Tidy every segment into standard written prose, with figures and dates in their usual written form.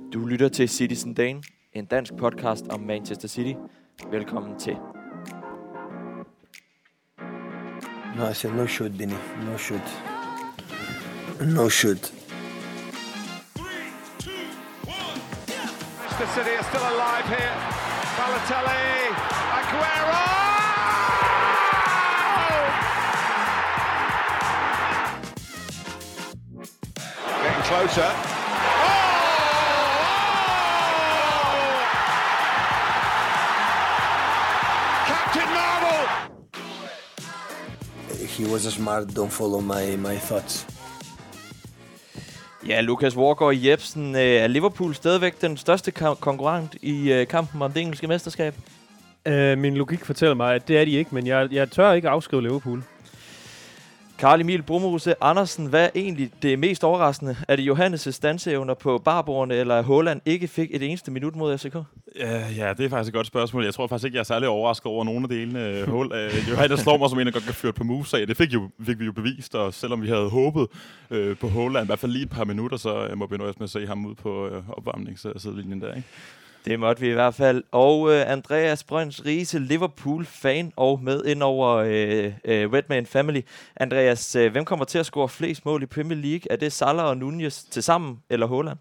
Du lytter til Citizen Dane, en dansk podcast om Manchester City. Velkommen til. No, I said no shoot, Benny. No shoot. No shoot. 3, 2, 1. Manchester City are still alive here. Balotelli, Aguero! Getting closer. Captain Marvel! He was smart. Don't follow my thoughts. Ja, Lukas Walker Jebsen, er Liverpool stadigvæk den største konkurrent i kampen om det engelske mesterskab? Min logik fortæller mig, at det er de ikke, men jeg tør ikke afskrive Liverpool. Carl Emil Brumose Andersen, hvad er egentlig det mest overraskende? Er det Johannes' standsevner på barbordene, eller at Haaland ikke fik et eneste minut mod FCK? Ja, det er faktisk et godt spørgsmål. Jeg tror faktisk ikke, jeg er særlig overrasket over nogle af delene. Johannes slår mig som en, der godt kan føre på moves af. Det fik vi jo bevist, og selvom vi havde håbet på Haaland, i hvert fald lige et par minutter, så må vi nøjes med at se ham ud på opvarmningssidelinjen der, ikke? Det måtte vi i hvert fald. Og Andreas Brøns Riese, Liverpool-fan og med ind over Redman Family. Andreas, hvem kommer til at score flest mål i Premier League? Er det Salah og Nunez til sammen, eller Haaland?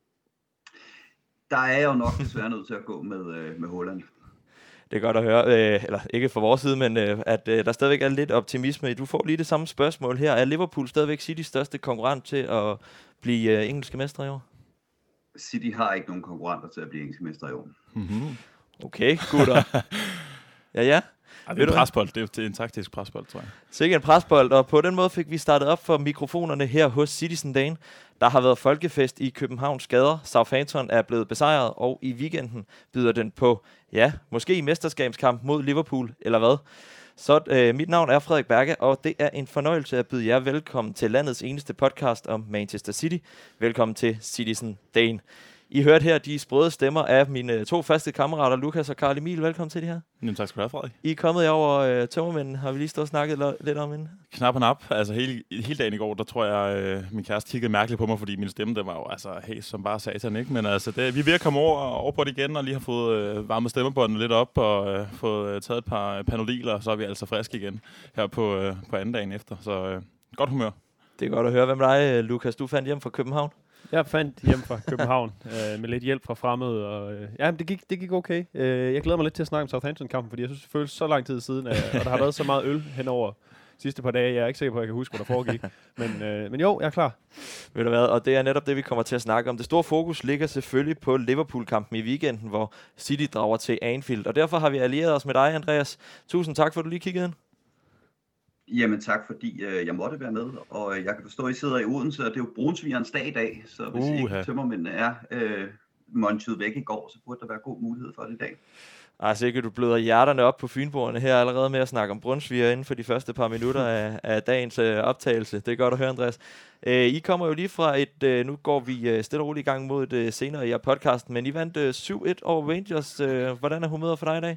Der er jeg jo nok desværre nødt til at gå med Haaland. Det er godt at høre, eller ikke fra vores side, men at der stadigvæk er lidt optimisme. Du får lige det samme spørgsmål her. Er Liverpool stadigvæk Citys største konkurrent til at blive engelske mestre i år? City har ikke nogen konkurrenter til at blive engelske mestre i år. Mm-hmm. Okay, gutter. Ja. Ja, det er en presbold. Det er en taktisk presbold, tror jeg. Sikke en presbold, og på den måde fik vi startet op for mikrofonerne her hos Citizen Dane. Der har været folkefest i Københavns gader. Southampton er blevet besejret, og i weekenden byder den på, ja, måske i mesterskabskamp mod Liverpool, eller hvad? Så mit navn er Frederik Berge, og det er en fornøjelse at byde jer velkommen til landets eneste podcast om Manchester City. Velkommen til Citizen Dane. I hørte her de sprøde stemmer af mine to faste kammerater, Lukas og Carl Emil. Velkommen til det her. Jamen, tak skal du have, Frederik. I er kommet over tømmermænden, har vi lige stået og snakket lidt om inden. Knap og nap. Altså hele dagen i går, der tror jeg, min kæreste kiggede mærkeligt på mig, fordi min stemme, den var jo altså hæs som bare satan, ikke? Men altså, vi er ved at komme over på det igen, og lige har fået varmet stemmebåndet lidt op, og fået taget et par Panodiler, og så er vi altså friske igen her på anden dagen efter. Så godt humør. Det er godt at høre. Hvem er dig, Lukas? Du fandt hjem fra København? Jeg fandt hjem fra København med lidt hjælp fra fremmede, og det gik okay. Jeg glæder mig lidt til at snakke om Southampton-kampen, fordi jeg synes, det føles så lang tid siden, og der har været så meget øl henover sidste par dage. Jeg er ikke sikker på, at jeg kan huske, hvad der foregik. Men jo, jeg er klar. Ved du hvad, og det er netop det, vi kommer til at snakke om. Det store fokus ligger selvfølgelig på Liverpool-kampen i weekenden, hvor City drager til Anfield, og derfor har vi allieret os med dig, Andreas. Tusind tak, for at du lige kiggede ind. Jamen tak, fordi jeg måtte være med, og jeg kan forstå, at I sidder i Odense, og det er jo brunsvigerens dag i dag, så hvis ikke tømmermændene er montet væk i går, så burde der være god mulighed for det i dag. Altså ikke, du bløder hjerterne op på fynboerne her allerede med at snakke om brunsviger inden for de første par minutter af dagens optagelse. Det er godt at høre, Andreas. I kommer jo lige fra nu går vi stille og roligt i gang mod det senere i podcasten, men I vandt 7-1 over Rangers. Hvordan er humøret for dig i dag?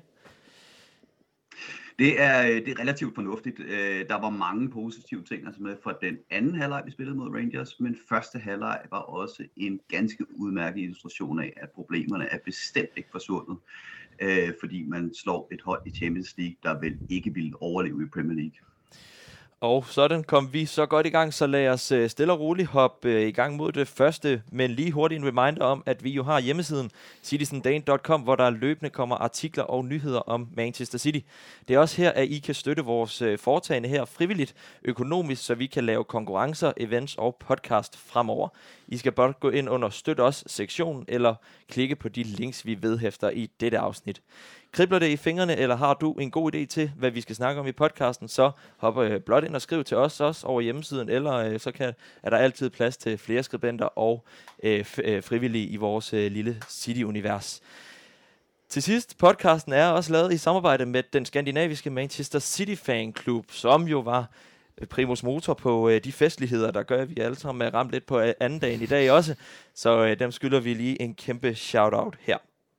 Det er relativt fornuftigt. Der var mange positive ting altså med fra den anden halvleg, vi spillede mod Rangers, men første halvleg var også en ganske udmærket illustration af, at problemerne er bestemt ikke forsvundet, fordi man slår et hold i Champions League, der vel ikke ville overleve i Premier League. Og sådan kom vi så godt i gang, så lad os stille og roligt hoppe i gang mod det første, men lige hurtigt en reminder om, at vi jo har hjemmesiden citizendane.com, hvor der løbende kommer artikler og nyheder om Manchester City. Det er også her, at I kan støtte vores foretagende her frivilligt økonomisk, så vi kan lave konkurrencer, events og podcast fremover. I skal bare gå ind under Støt os-sektionen, eller klikke på de links, vi vedhæfter i dette afsnit. Kribler det i fingrene, eller har du en god idé til, hvad vi skal snakke om i podcasten, så hop blot ind og skriv til os også over hjemmesiden, eller så er der altid plads til flere skribenter og frivillige i vores lille City-univers. Til sidst, podcasten er også lavet i samarbejde med den skandinaviske Manchester City Fan Club, som jo var primus motor på de festligheder, der gør, at vi alle sammen er ramt lidt på anden dagen i dag også. Så dem skylder vi lige en kæmpe shout-out her.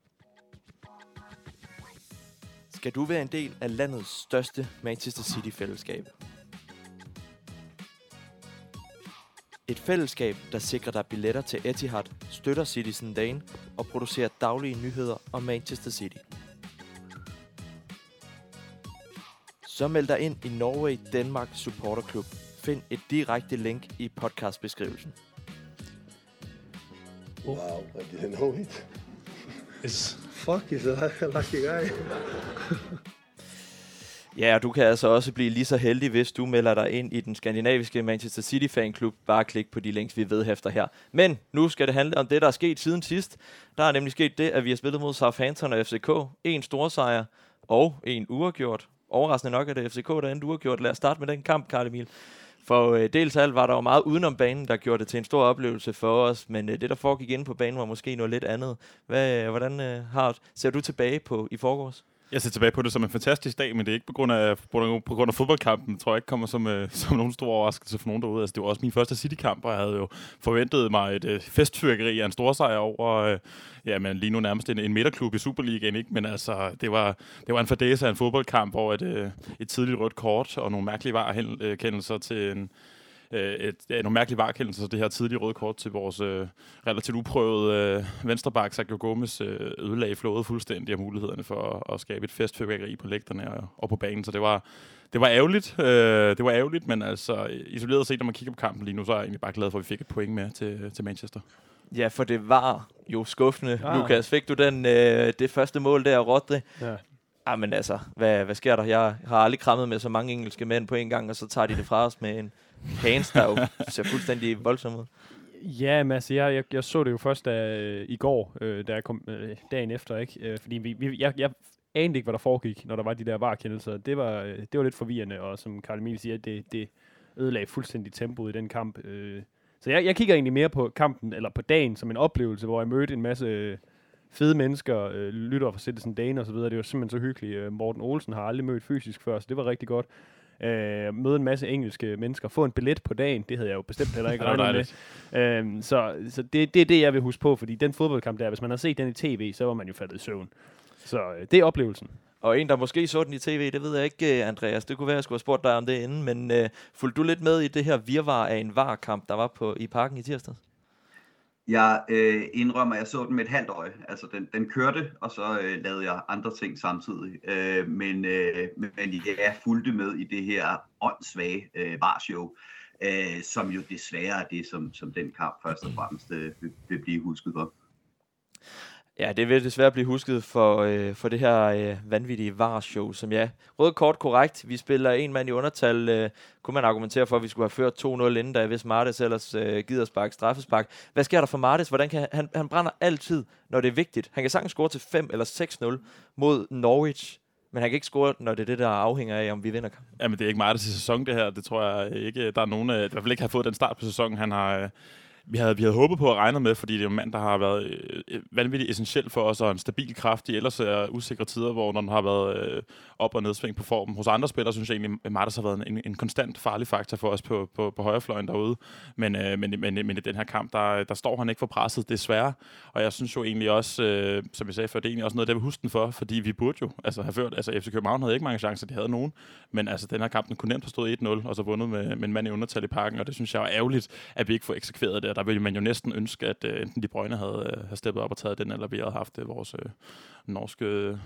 Skal du være en del af landets største Manchester City-fællesskab? Et fællesskab, der sikrer dig billetter til Etihad, støtter Citizen Dane og producerer daglige nyheder om Manchester City. Så meld dig ind i Norway Denmark Supporter Club. Find et direkte link i podcastbeskrivelsen. Wow, I didn't know it. Fuck, he's a lucky guy. Ja, og du kan altså også blive lige så heldig, hvis du melder dig ind i den skandinaviske Manchester City fanklub. Bare klik på de links, vi vedhæfter her. Men nu skal det handle om det, der er sket siden sidst. Der er nemlig sket det, at vi har spillet mod Southampton og FCK. En storsejr og en uafgjort. Overraskende nok er det FCK, der endte uafgjort. Lad os starte med den kamp, Carl Emil. For dels alt var der jo meget udenom banen, der gjorde det til en stor oplevelse for os. Men det, der foregik inde på banen, var måske noget lidt andet. Hvordan ser du tilbage på i forgårs? Jeg ser tilbage på det som en fantastisk dag, men det er ikke på grund af fodboldkampen, tror jeg ikke kommer som nogen stor overraskelse for nogen derude. Altså, det var også min første City-kamp, og jeg havde jo forventet mig et festfyrkeri af en storsejr over men lige nu nærmest en midterklub i Superligaen, ikke? Men altså, det var en fadæse af en fodboldkamp, hvor et tidligt rødt kort og nogle mærkelige varekendelser til nogle mærkelige varekendelser, det her tidlige røde kort til vores relativt uprøvede venstreback, Sergio Gomez, ødelagde flådet fuldstændig af mulighederne for at skabe et festfyrværkeri på lægterne og på banen. Så det var ærgerligt. Det var ærgerligt, men altså isoleret set, når man kigger på kampen lige nu, så er jeg egentlig bare glad for, at vi fik et point med til Manchester. Ja, for det var jo skuffende. Lukas, fik du det første mål der, Rodri? Ja. Men altså, hvad sker der? Jeg har aldrig krammet med så mange engelske mænd på en gang, og så tager de det fra os med en Keynes, der jo ser fuldstændig voldsom ud. Ja, men altså, jeg så det jo først i går, da jeg kom dagen efter, ikke? Fordi jeg anede ikke, hvad der foregik, når der var de der varekendelser. Det var lidt forvirrende, og som Carl Emil siger, det ødelagde fuldstændig tempoet i den kamp. Så jeg kigger egentlig mere på kampen, eller på dagen, som en oplevelse, hvor jeg mødte en masse fede mennesker, lytter fra Citizen Dane og så videre. Det var simpelthen så hyggeligt. Morten Olsen har aldrig mødt fysisk før, så det var rigtig godt. Møde en masse engelske mennesker, få en billet på dagen, det havde jeg jo bestemt heller ikke regnet med. Så det er det, jeg vil huske på, fordi den fodboldkamp der, hvis man har set den i tv, så var man jo faldet i søvn. Så det er oplevelsen. Og en, der måske så den i tv, det ved jeg ikke, Andreas. Det kunne være, at jeg skulle have spurgt dig om det inden, men fulgte du lidt med i det her virvar af en VAR-kamp, der var i parken i tirsdags? Jeg indrømmer, at jeg så den med et halvt øje. Altså, den kørte, og så lavede jeg andre ting samtidig. Men jeg fulgte med i det her åndssvage VAR-show, som jo desværre er det, som den kamp først og fremmest vil blive husket for. Ja, det vil desværre blive husket for det her vanvittige VAR-show, som rød kort korrekt. Vi spiller en mand i undertal. Kunne man argumentere for, at vi skulle have ført 2-0 inden, da hvis Martes ellers gider spark, straffespark. Hvad sker der for Martes? Hvordan kan han brænder altid, når det er vigtigt. Han kan sagtens score til 5 eller 6-0 mod Norwich, men han kan ikke score, når det er det, der afhænger af, om vi vinder kampen. Jamen, det er ikke Martes sæson, det her. Det tror jeg ikke. Der er nogen, der i hvert fald ikke har fået den start på sæsonen, han har... Vi havde håbet på at regne med, fordi det er en mand, der har været vanvittigt essentiel for os, og en stabil kraft i ellers usikre tider, hvor når den har været op- og nedsving på formen. Hos andre spillere synes jeg egentlig, at Martes har været en konstant farlig faktor for os på højrefløjen derude. Men i den her kamp, der står han ikke for presset, desværre. Og jeg synes jo egentlig også, som jeg sagde før, det er egentlig også noget, der vil huske den for, fordi vi burde jo have ført. Altså FC København havde ikke mange chancer, de havde nogen. Men altså, den her kamp, den kunne nemt have stået 1-0, og så vundet med en mand i undertal i parken, og det synes jeg er ærgerligt, at vi ikke får eksekveret det. Der ville man jo næsten ønske, at enten De Bruyne havde steppet op og taget den, eller vi havde haft vores norske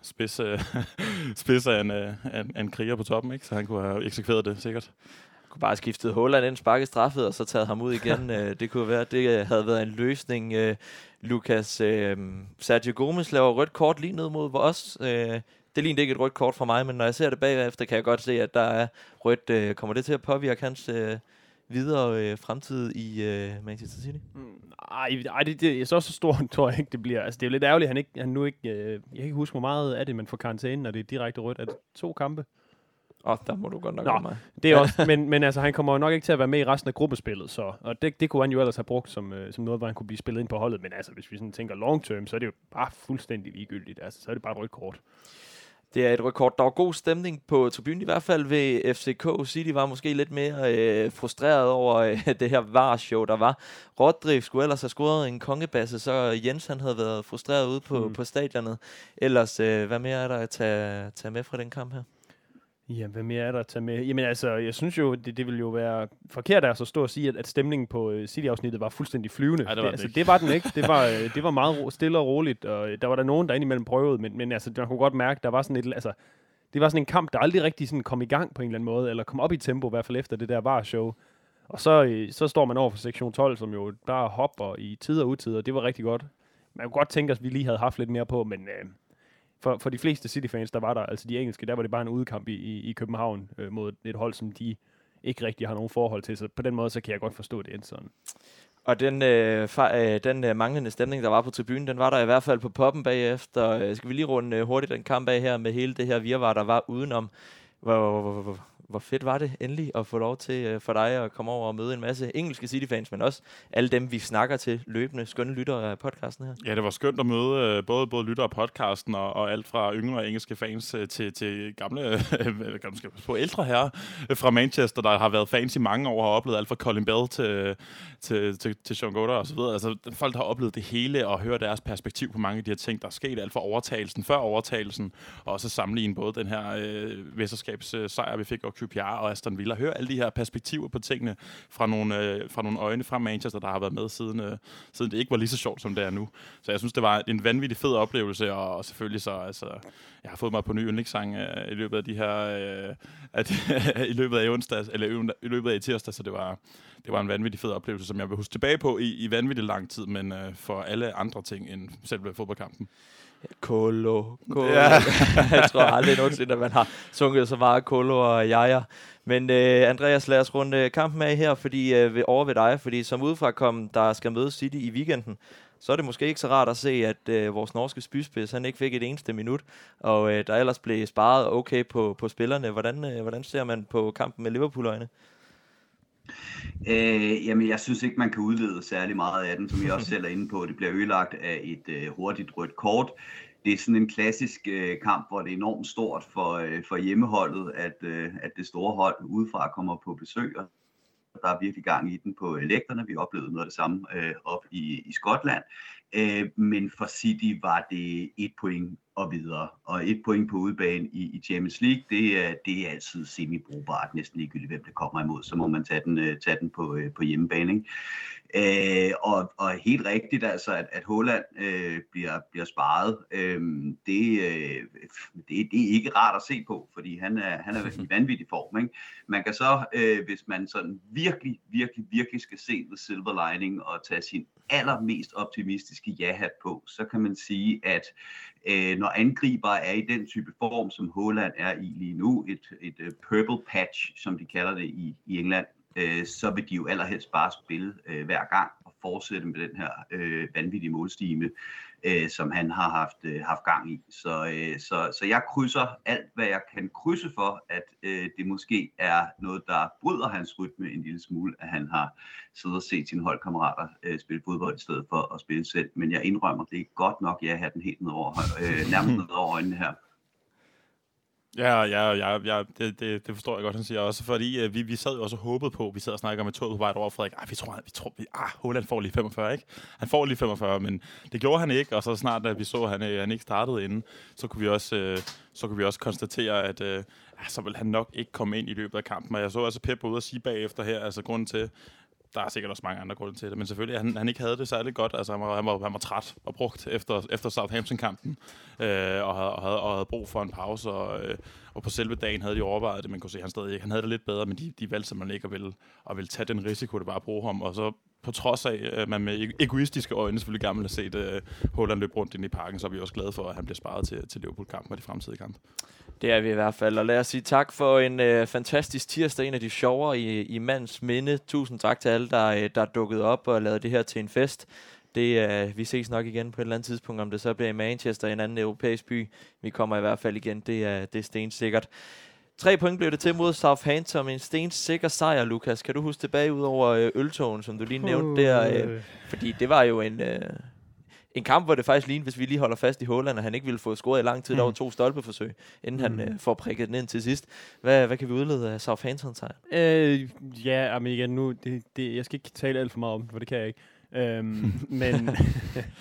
spids af en kriger på toppen, ikke? Så han kunne have eksekveret det sikkert. Kunne bare skiftet Haaland ind, sparket straffet, og så taget ham ud igen. Det kunne være, det havde været en løsning. Lukas, Sergio Gomez laver rødt kort lige ned mod os. Det lignede ikke et rødt kort for mig, men når jeg ser det bagefter, kan jeg godt se, at der er rødt. Kommer det til at påvirke hans videre fremtid i Manchester City? Nej, det er så stort, tror jeg ikke, det bliver. Altså, det er jo lidt ærgerligt, han nu ikke... jeg kan ikke huske, hvor meget af det, man får karantæne, når det er direkte rødt. Er det 2 kampe? Der må du godt nok mig. Det er også, men altså, han kommer jo nok ikke til at være med i resten af gruppespillet, så, og det kunne han jo ellers have brugt som noget, hvor han kunne blive spillet ind på holdet, men altså, hvis vi sådan tænker long term, så er det jo bare fuldstændig ligegyldigt, altså, så er det bare et rødt kort. Det er et rødt kort. Der var god stemning på tribunen, i hvert fald ved FCK. City var måske lidt mere frustreret over det her VAR-show, der var. Rodri skulle ellers have scoret en kongebasse, så Jens han havde været frustreret ude på stadionet. Ellers, hvad mere er der at tage med fra den kamp her? Ja, hvad mere er der at tage med? Jamen altså, jeg synes jo, det ville jo være forkert af at stå og sige, at stemningen på City-afsnittet var fuldstændig flyvende. Ej, det var den ikke. Det var meget stille og roligt, og der var der nogen, der indimellem prøvede, men altså, man kunne godt mærke, der var sådan et, altså, det var sådan en kamp, der aldrig rigtig sådan kom i gang på en eller anden måde, eller kom op i tempo, i hvert fald efter det der VAR-show. Og så står man over for sektion 12, som jo bare hopper i tid og utid, og det var rigtig godt. Man kunne godt tænke, at vi lige havde haft lidt mere på, men for de fleste City-fans, der var der, altså de engelske, der var det bare en udekamp i København mod et hold, som de ikke rigtig har nogen forhold til. Så på den måde, så kan jeg godt forstå det endte sådan. Og den manglende stemning, der var på tribunen, den var der i hvert fald på poppen bagefter. Skal vi lige runde hurtigt den kamp af her med hele det her virvar, der var udenom. Hvor fedt var det endelig at få lov til for dig at komme over og møde en masse engelske City-fans, men også alle dem, vi snakker til løbende, skønne lyttere af podcasten her. Ja, det var skønt at møde både lyttere af podcasten og alt fra yngre engelske fans til gamle, på ældre herrer fra Manchester, der har været fans i mange år og har oplevet alt fra Colin Bell til Sean Goddard og så videre. Altså folk, der har oplevet det hele og høre deres perspektiv på mange af de her ting, der er sket, alt fra overtagelsen, før overtagelsen, og også sammenligne både den her mesterskabssejr, vi fik over QPR og Aston Villa. Hør alle de her perspektiver på tingene fra nogle øjne fra Manchester, der har været med siden det ikke var lige så sjovt, som det er nu. Så jeg synes, det var en vanvittig fed oplevelse, og selvfølgelig så, altså, jeg har fået mig på ny yndlingssang i løbet af de her, i løbet af onsdag, eller i løbet af tirsdag, så det var en vanvittig fed oplevelse, som jeg vil huske tilbage på i vanvittig lang tid, men for alle andre ting end selve fodboldkampen. Kolo. Ja. Jeg tror aldrig nogensinde, at man har sunget så meget Kolo og jaja. Men Andreas, lad os runde kampen af her, fordi over ved dig, fordi som udefrakommende, der skal møde City i weekenden, så er det måske ikke så rart at se, at vores norske spydspids, han ikke fik et eneste minut, og der ellers blev sparet okay på spillerne. Hvordan ser man på kampen med Liverpool-øjne? Jamen, jeg synes ikke, man kan udlede særlig meget af den, som jeg også selv er inde på. Det bliver ødelagt af et hurtigt rødt kort. Det er sådan en klassisk kamp, hvor det er enormt stort for hjemmeholdet, at det store hold udefra kommer på besøg. Og der er virkelig gang i den på lægterne. Vi oplevede noget af det samme op i Skotland. Men for City var det 1 point og videre. Og 1 point på udebane i Champions League, det er altid semi-brugbart. Næsten ligegyldigt, hvem det kommer imod. Så må man tage den på hjemmebane. Ikke? Og helt rigtigt, altså, at Haaland bliver sparet, det er ikke rart at se på, fordi han er i vanvittig form. Ikke? Man kan så, hvis man sådan virkelig skal se the silver lining og tage sin allermest optimistiske ja-hat på, så kan man sige, at når angribere er i den type form, som Haaland er i lige nu, et purple patch, som de kalder det i England, så vil de jo allerhelst bare spille hver gang og fortsætte med den her vanvittige målstime, som han har haft gang i. Så jeg krydser alt, hvad jeg kan krydse for, at det måske er noget, der bryder hans rytme en lille smule, at han har siddet og set sine holdkammerater spille fodbold i stedet for at spille selv. Men jeg indrømmer, det er godt nok, jeg har den helt nærmest ned over øjnene her. Ja, det forstår jeg godt, han siger også, fordi vi sad jo også og håbede på, vi sad og snakkede med toget på vej over, Frederik, Haaland får lige 45, ikke? Han får lige 45, men det gjorde han ikke, og så snart, at vi så, at han ikke startede inden, så kunne vi også konstatere, at så vil han nok ikke komme ind i løbet af kampen, og jeg så også Pep ude at sige bagefter her, altså grunden til, der er sikkert også mange andre grunde til det, men selvfølgelig, han ikke havde det særlig godt. Altså, han var træt og brugt efter Southampton-kampen, og havde brug for en pause, og på selve dagen havde de overvejet det, men kunne se, han stadig ikke. Han havde det lidt bedre, men de valgte simpelthen ikke at ville tage den risiko, det var at bruge ham, og så på trods af, at man med egoistiske øjne selvfølgelig gerne vil have set Haaland løbe rundt ind i parken, så er vi også glade for, at han bliver sparet til Liverpool-kampen og de fremtidige kampe. Det er vi i hvert fald, og lad os sige tak for en fantastisk tirsdag, en af de sjovere i mands minde. Tusind tak til alle, der dukkede op og lavede det her til en fest. Vi ses nok igen på et eller andet tidspunkt, om det så bliver i Manchester, en anden europæisk by. Vi kommer i hvert fald igen, det er stensikkert. 3 point blev det til mod Southampton, en stensikker sejr, Lukas. Kan du huske tilbage ud over øltogen, som du lige nævnte der? Fordi det var jo en kamp, hvor det faktisk lignede, hvis vi lige holder fast i Haaland, og han ikke ville få scoret i lang tid. Der var 2 stolpeforsøg, inden han får prikket den ind til sidst. Hvad kan vi udlede af Southampton-sejren? Ja, men igen, nu, jeg skal ikke tale alt for meget om det, for det kan jeg ikke. Men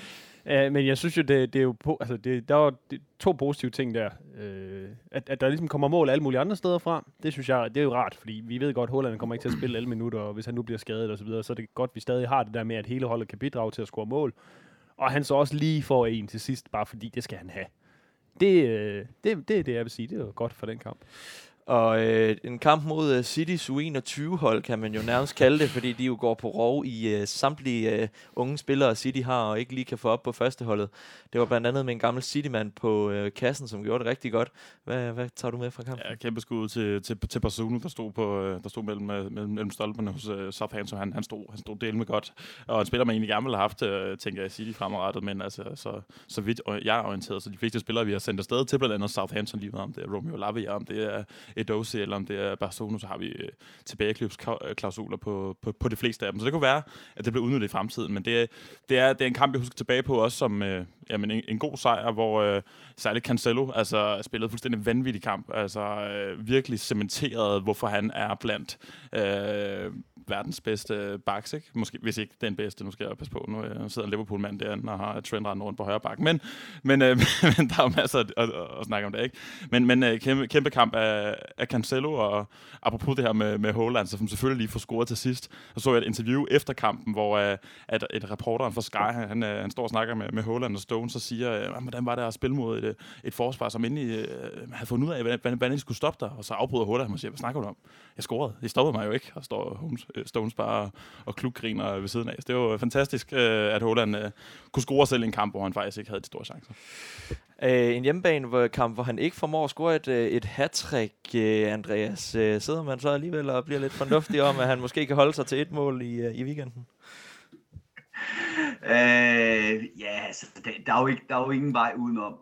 Men jeg synes jo, det er jo der var 2 positive ting der. At der ligesom kommer mål alle mulige andre steder fra, det synes jeg, det er jo rart, fordi vi ved godt, at Haaland kommer ikke til at spille alle minutter, og hvis han nu bliver skadet og så videre, så er det godt, at vi stadig har det der med, at hele holdet kan bidrage til at score mål. Og han så også lige får en til sidst, bare fordi det skal han have. Det er det, jeg vil sige. Det er jo godt for den kamp. Og en kamp mod Citys U21-hold, kan man jo nærmest kalde det, fordi de jo går på rov i samtlige unge spillere, City har, og ikke lige kan få op på førsteholdet. Det var blandt andet med en gammel City-mand på kassen, som gjorde det rigtig godt. Hvad tager du med fra kampen? Ja, kæmpe skud til Basunu, der stod mellem stolperne hos Southampton. Han stod del med godt. Og en spiller, man egentlig gerne ville have haft, tænker jeg, City fremadrettet, men altså, så vidt jeg er orienteret, så de fleste spillere, vi har sendt afsted til, blandt andet Southampton, lige om det er Romeo Lavia, om det er Edozie, eller om det er Barcelona, så har vi tilbageklubsklausuler på de fleste af dem. Så det kunne være, at det bliver udnyttet i fremtiden. Men det er en kamp, jeg husker tilbage på også som en god sejr, hvor særligt Cancelo spillede fuldstændig vanvittig kamp. Virkelig cementeret, hvorfor han er blandt verdens bedste backs, ikke? Måske, hvis ikke den bedste, nu skal jeg passe på. Nu sidder en Liverpool-mand derinde og har Trent rendende rundt på højre bak. Men der er jo masser at snakke om det, ikke? Men kæmpe kamp af Cancelo, og apropos det her med Haaland, som selvfølgelig lige får scoret til sidst. Så jeg et interview efter kampen, hvor at et reporteren fra Sky, han står og snakker med Haaland og Stones og siger, hvordan var det at spille mod et forsvar, som endelig havde fundet ud af, hvordan de skulle stoppe dig. Og så afbryder Haaland og siger, hvad snakker du om? Jeg scorede. Det stoppede mig jo ikke. Og står Stones bare og klubgriner ved siden af. Så det var fantastisk, at Haaland kunne score selv i en kamp, hvor han faktisk ikke havde de store chancer. En hjemmebanekamp, hvor han ikke formår at score et hat-trick, Andreas. Sidder man så alligevel og bliver lidt fornuftig om, at han måske kan holde sig til et mål i weekenden? Der er jo ingen vej udenom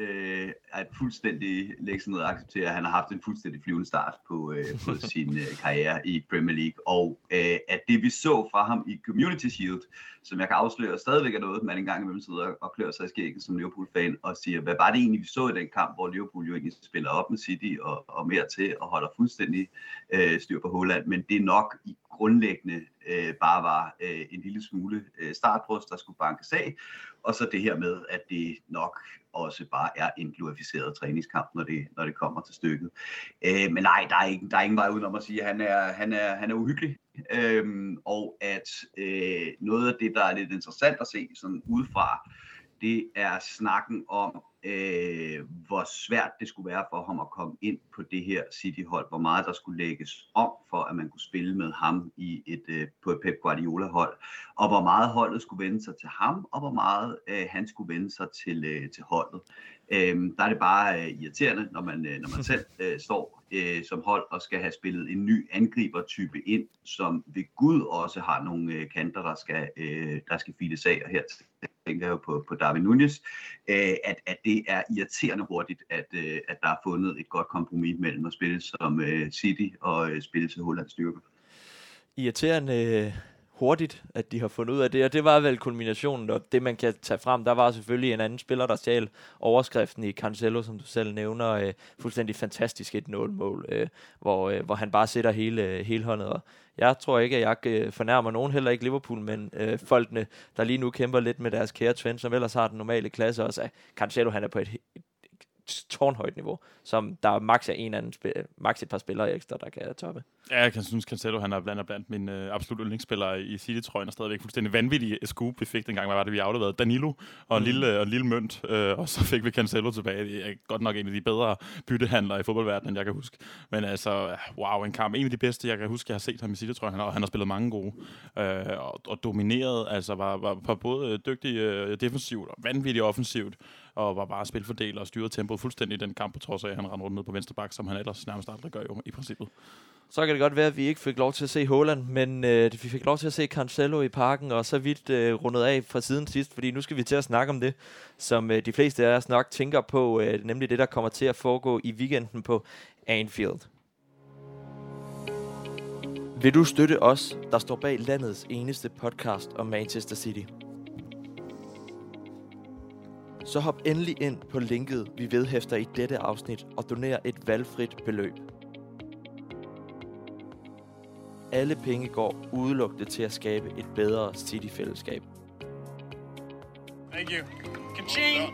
at fuldstændig lægge sig ned og acceptere, at han har haft en fuldstændig flyvende start på sin karriere i Premier League, og at det vi så fra ham i Community Shield, som jeg kan afsløre stadigvæk er noget, man engang imellem sidder og klør sig i skægget som Liverpool-fan og siger, hvad var det egentlig vi så i den kamp, hvor Liverpool jo egentlig spiller op med City og mere til og holder fuldstændig styr på Haaland, men det er nok i grundlæggende bare var en lille smule startbrust, der skulle bankes af, og så det her med, at det nok også bare er en glorificeret træningskamp, når det kommer til stykket. Men nej, der er ingen vej udenom at sige, at han er uhyggelig, og at noget af det, der er lidt interessant at se sådan udefra, det er snakken om, hvor svært det skulle være for ham at komme ind på det her City-hold, hvor meget der skulle lægges om for, at man kunne spille med ham på et Pep Guardiola-hold, og hvor meget holdet skulle vende sig til ham, og hvor meget han skulle vende sig til holdet. Der er det bare irriterende, når man selv står som hold og skal have spillet en ny angribertype ind, som ved Gud også har nogle kanter, der skal files af, og her tænker jeg jo på Darwin Núñez, at det er irriterende hurtigt, at der er fundet et godt kompromis mellem at spille som City og spille til Haalands styrke. Irriterende hurtigt, at de har fundet ud af det, og det var vel kulminationen, og det man kan tage frem, der var selvfølgelig en anden spiller, der stjal overskriften i Cancelo, som du selv nævner, fuldstændig fantastisk 1-0-mål, hvor han bare sætter hele håndet, og jeg tror ikke, at jeg fornærmer nogen, heller ikke Liverpool, men folkene, der lige nu kæmper lidt med deres kære Trent, som ellers har den normale klasse også, Cancelo, han er på et tårnhøjt niveau, som der max er max et par spillere ekstra, der kan toppe. Ja, jeg synes, Cancelo, han er blandt mine absolut yndlingsspillere i City-trøjen, og stadigvæk fuldstændig vanvittig scoop, vi fik dengang, hvad var det, vi afleverede? Danilo og en lille mønt, og så fik vi Cancelo tilbage. Det er godt nok en af de bedre byttehandlere i fodboldverdenen, end jeg kan huske. Men altså, wow, en kamp. En af de bedste, jeg kan huske, jeg har set ham i City-trøjen, og han har spillet mange gode, og domineret, altså var både dygtig defensivt og vanvittigt offensivt, og var bare spilfordeler og styrede tempoet fuldstændig i den kamp, på trods af, at han rendte rundt ned på venstre bak, som han ellers nærmest aldrig gør jo, i princippet. Så kan det godt være, at vi ikke fik lov til at se Haaland, men vi fik lov til at se Cancelo i parken, og så vidt rundet af fra siden sidst, fordi nu skal vi til at snakke om det, som de fleste af os nok tænker på, nemlig det, der kommer til at foregå i weekenden på Anfield. Vil du støtte os, der står bag landets eneste podcast om Manchester City? Så hop endelig ind på linket, vi vedhæfter i dette afsnit, og doner et valgfrit beløb. Alle penge går udelukkende til at skabe et bedre City-fællesskab. Thank you. Ka-ching!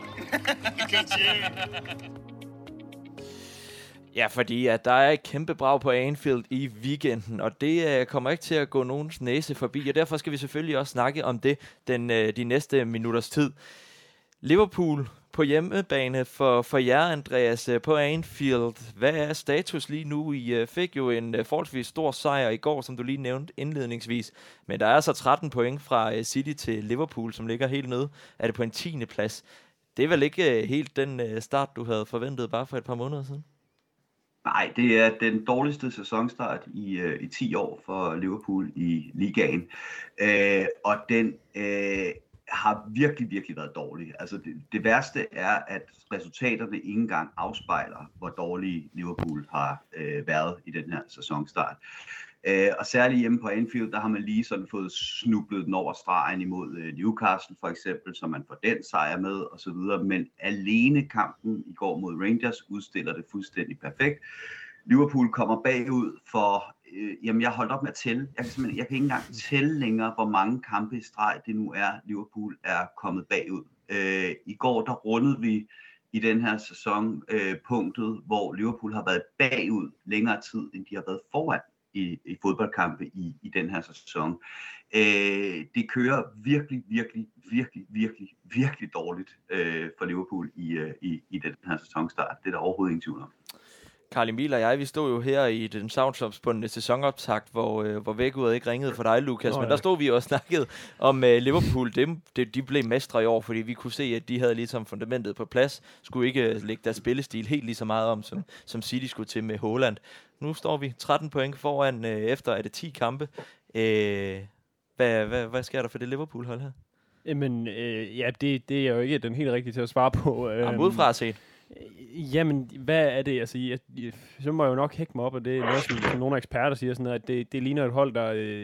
Ja, fordi at der er et kæmpe brag på Anfield i weekenden, og det kommer ikke til at gå nogens næse forbi, og derfor skal vi selvfølgelig også snakke om det de næste minutters tid. Liverpool på hjemmebane for jer, Andreas, på Anfield. Hvad er status lige nu? I fik jo en forholdsvis stor sejr i går, som du lige nævnte indledningsvis, men der er altså 13 point fra City til Liverpool, som ligger helt nede. Er det på en 10. plads? Det er vel ikke helt den start, du havde forventet bare for et par måneder siden? Nej, det er den dårligste sæsonstart i 10 år for Liverpool i ligaen. Og den har virkelig været dårlig. Altså det værste er, at resultaterne ikke engang afspejler, hvor dårlige Liverpool har været i den her sæsonstart. Og særligt hjemme på Anfield, der har man lige sådan fået snublet den over stregen imod Newcastle for eksempel, så man får den sejr med og så videre. Men alene kampen i går mod Rangers udstiller det fuldstændig perfekt. Liverpool kommer bagud for, jeg holdt op med at tælle. Jeg kan ikke engang tælle længere, hvor mange kampe i streg det nu er, Liverpool er kommet bagud. I går der rundede vi i den her sæson punktet, hvor Liverpool har været bagud længere tid, end de har været foran i fodboldkampe i den her sæson. Det kører virkelig dårligt for Liverpool i den her sæsonstart. Det er der overhovedet ingen tvivl om. Carl Emil og jeg, vi stod jo her i den soundshopsbundne sæsonoptakt, hvor vækkeuret ikke ringede for dig, Lukas, men der stod vi jo og snakkede om Liverpool. De blev mestre i år, fordi vi kunne se, at de havde ligesom fundamentet på plads, skulle ikke lægge deres spillestil helt lige så meget om, som City skulle til med Haaland. Nu står vi 13 point foran efter, er det 10 kampe. Hvad sker der for det Liverpool-hold her? Jamen, det er jo ikke den helt rigtige til at svare på. Udefra set. Jamen, hvad er det? Altså, så må jeg jo nok hække mig op, og det er noget, som nogle eksperter siger, sådan at det ligner et hold,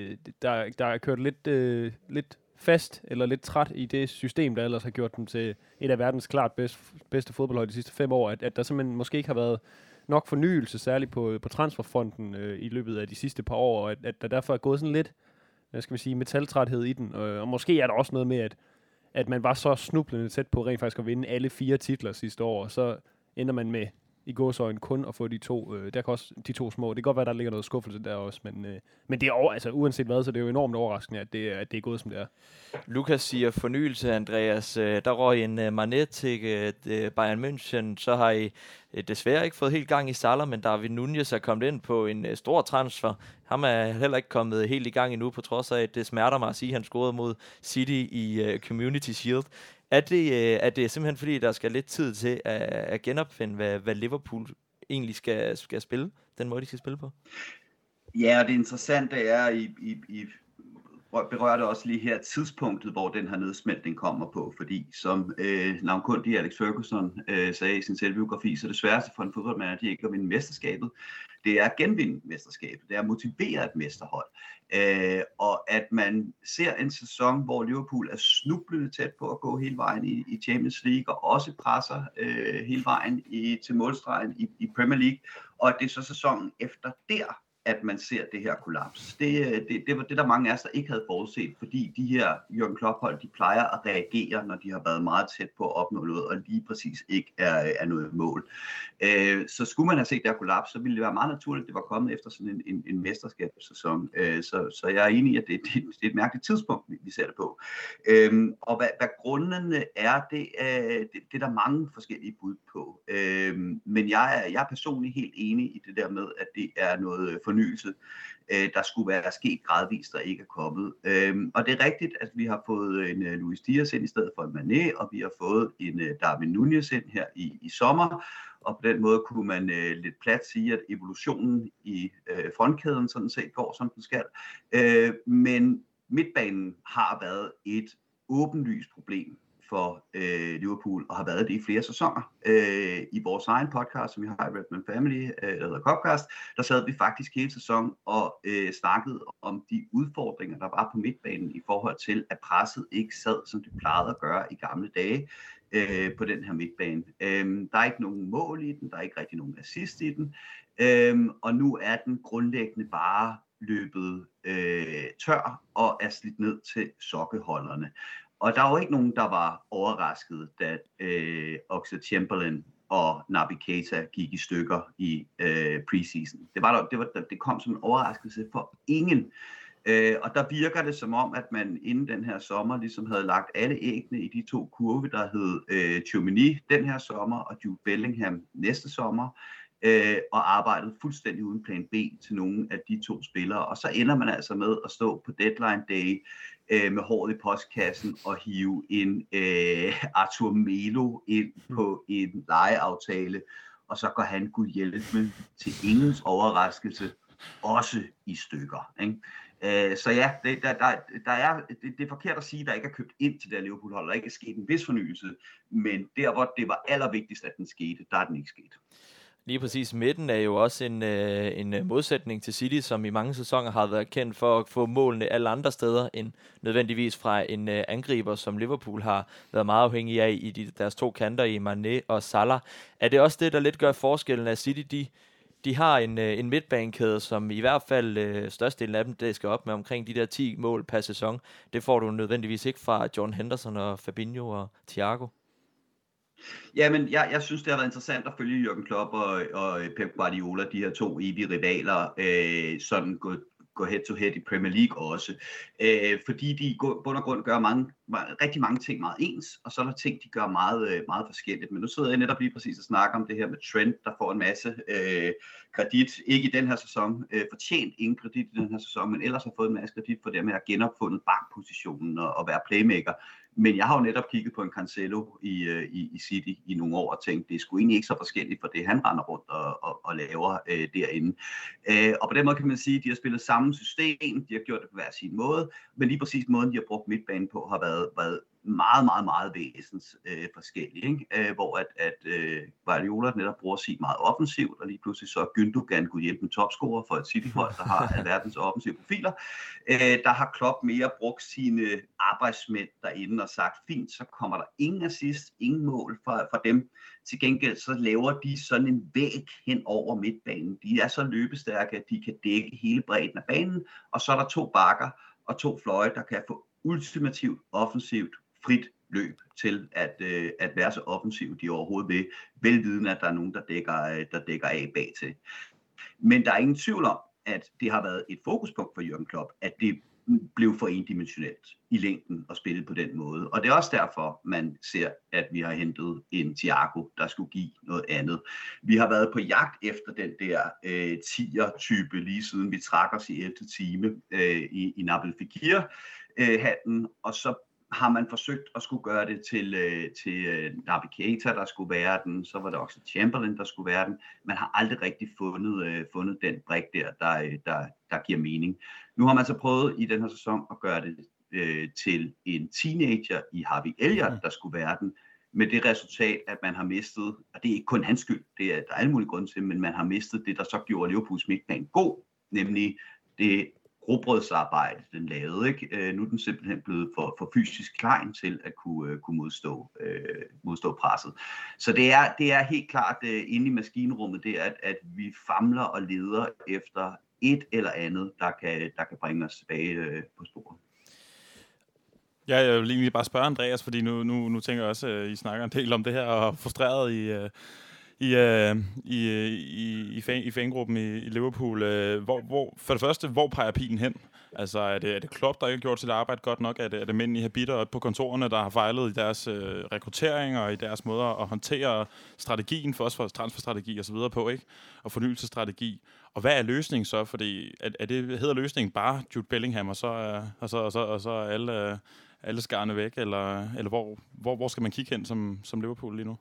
der er kørt lidt fast eller lidt træt i det system, der ellers har gjort dem til et af verdens klart bedste fodboldhold de sidste 5 år. At der simpelthen måske ikke har været nok fornyelse, særligt på transferfronten i løbet af de sidste par år, og at der derfor er gået sådan lidt, hvad skal man sige, metaltræthed i den. Og måske er der også noget med, at man var så snublende tæt på rent faktisk at vinde alle 4 titler sidste år, og så ender man med i gåseøjne kun at få de to, der kan også de 2 små. Det kan godt være, der ligger noget skuffelse der også, men det er altså uanset hvad, så det er jo enormt overraskende, at det er gået som det er. Lukas siger fornyelse, Andreas. Der røg en Mané til Bayern München, så har I desværre ikke fået helt gang i Salah, men David Nunez er kommet ind på en stor transfer. Han er heller ikke kommet helt i gang endnu, på trods af, at det smerter mig at sige, at han scorede mod City i Community Shield. Er det simpelthen fordi, der skal lidt tid til at genopfinde, hvad Liverpool egentlig skal spille, den måde, de skal spille på? Ja, og det interessante er, I berørte også lige her tidspunktet, hvor den her nedsmeltning kommer på, fordi som navnkundig Alex Ferguson sagde i sin selvbiografi, så det sværeste for en fodboldmanager ikke at vinde mesterskabet, det er at genvinde mesterskabet, det er at motivere et mesterhold. Og at man ser en sæson, hvor Liverpool er snublende tæt på at gå hele vejen i Champions League, og også presser hele vejen til målstregen i Premier League, og at det er så sæsonen efter der, at man ser det her kollaps. Det var det, der mange af os, der ikke havde forudset, fordi de her Jürgen Klopp-hold, de plejer at reagere, når de har været meget tæt på at opnå noget, og lige præcis ikke er noget mål. Så skulle man have set det her kollaps, så ville det være meget naturligt, at det var kommet efter sådan en mesterskabssæson. Så jeg er enig i, at det er et mærkeligt tidspunkt, vi ser det på. Og hvad grundene er, det er der mange forskellige bud på. Men jeg er personligt helt enig i det der med, at det er noget fornyelse, der skulle være sket gradvist, der ikke er kommet. Og det er rigtigt, at vi har fået en Luis Diaz ind i stedet for en Mané, og vi har fået en Darwin Nunez ind her i sommer, og på den måde kunne man lidt plat sige, at evolutionen i frontkæden sådan set går, som den skal. Men midtbanen har været et åbenlyst problem for Liverpool, og har været det i flere sæsoner. I vores egen podcast, som vi har i Redman Family, der hedder Copcast, der sad vi faktisk hele sæsonen og snakkede om de udfordringer, der var på midtbanen i forhold til, at presset ikke sad, som det plejede at gøre i gamle dage på den her midtbane. Der er ikke nogen mål i den, der er ikke rigtig nogen assist i den, og nu er den grundlæggende bare løbet tør og er slidt ned til sokkeholderne. Og der var ikke nogen, der var overrasket, da Oxlade-Chamberlain og Naby Keita gik i stykker i preseason. Det kom som en overraskelse for ingen. Og der virker det som om, at man inden den her sommer ligesom havde lagt alle æggene i de 2 kurve, der hed Tchouaméni den her sommer og Jude Bellingham næste sommer, og arbejdet fuldstændig uden plan B til nogle af de 2 spillere. Og så ender man altså med at stå på deadline day med håret i postkassen og hive en Arthur Melo ind på en lejeaftale, og så går han gud hjælpe til ingens overraskelse også i stykker, ikke? Så ja, det er forkert at sige, at der ikke er købt ind til det Liverpool-hold, der ikke er sket en vis fornyelse, men der hvor det var allervigtigst, at den skete, der er den ikke sket. Lige præcis. Midten er jo også en modsætning til City, som i mange sæsoner har været kendt for at få målene alle andre steder end nødvendigvis fra en angriber, som Liverpool har været meget afhængig af i deres 2 kanter i Mané og Salah. Er det også det, der lidt gør forskellen af City? De har en midtbanekæde, som i hvert fald størstedelen af dem, det skal op med omkring de der 10 mål per sæson. Det får du nødvendigvis ikke fra John Henderson og Fabinho og Thiago. Jamen, jeg synes, det har været interessant at følge Jürgen Klopp og Pep Guardiola, de her 2 evige rivaler, sådan gå head-to-head i Premier League også. Fordi de i bund og grund gør rigtig mange ting meget ens, og så er der ting, de gør meget, meget forskelligt. Men nu sidder jeg netop lige præcis og snakker om det her med Trent, der får en masse kredit. Ikke i den her sæson, fortjent ingen kredit i den her sæson, men ellers har fået en masse kredit for det med at have genopfundet bakpositionen og være playmaker. Men jeg har jo netop kigget på en Cancelo i City i nogle år og tænkt, det er sgu egentlig ikke så forskelligt for det, han render rundt og laver derinde. Og på den måde kan man sige, at de har spillet samme system, de har gjort det på hver sin måde, men lige præcis måden, de har brugt midtbanen på, har været meget, meget, meget væsens forskellige, ikke? Hvor at Guardiola netop bruger sig meget offensivt, og lige pludselig så er Gündogan kunne hjælpe en topscorer for et City-hold, der har alverdens offensive profiler. Der har Klopp mere brugt sine arbejdsmænd derinde og sagt, fint, så kommer der ingen assist, ingen mål fra dem. Til gengæld så laver de sådan en væg hen over midtbanen. De er så løbestærke, at de kan dække hele bredden af banen, og så er der 2 bakker og 2 fløje, der kan få ultimativt offensivt frit løb til at være så offensiv, de overhovedet vil, velvidende, at der er nogen, der dækker af bag til. Men der er ingen tvivl om, at det har været et fokuspunkt for Jürgen Klopp, at det blev for endimensionelt i længden at spille på den måde. Og det er også derfor, man ser, at vi har hentet en Thiago, der skulle give noget andet. Vi har været på jagt efter den der 10'er-type, lige siden vi trak os i 11. time i Nabil Fekir-handlen, og så har man forsøgt at skulle gøre det til Naby Keita, der skulle være den, så var det også Chamberlain, der skulle være den. Man har aldrig rigtig fundet den brik der giver mening. Nu har man så prøvet i den her sæson at gøre det til en teenager i Harvey Elliott, der skulle være den, med det resultat, at man har mistet, og det er ikke kun hans skyld, der er alle mulige grunde til, men man har mistet det, der så gjorde Liverpools midtbane god, nemlig det rugbrødsarbejde, den lavede, ikke? Nu er den simpelthen blevet for fysisk klein til at kunne modstå presset. Så det er helt klart inde i maskinrummet, det er, at vi famler og leder efter et eller andet, der kan bringe os tilbage på sporet. Ja, jeg vil egentlig bare spørge Andreas, fordi nu tænker jeg også, at I snakker en del om det her, og frustreret i fangruppen i Liverpool. For det første, hvor peger pilen hen? Altså, er det Klopp, der ikke har gjort sit arbejde godt nok? Er det mænd i habitter på kontorerne, der har fejlet i deres rekruttering og i deres måder at håndtere strategien, for transferstrategi og så videre på, ikke? Og fornyelsesstrategi. Og hvad er løsningen så? Fordi hedder løsningen bare Jude Bellingham, og så er alle skarne væk? Eller hvor skal man kigge hen som Liverpool lige nu?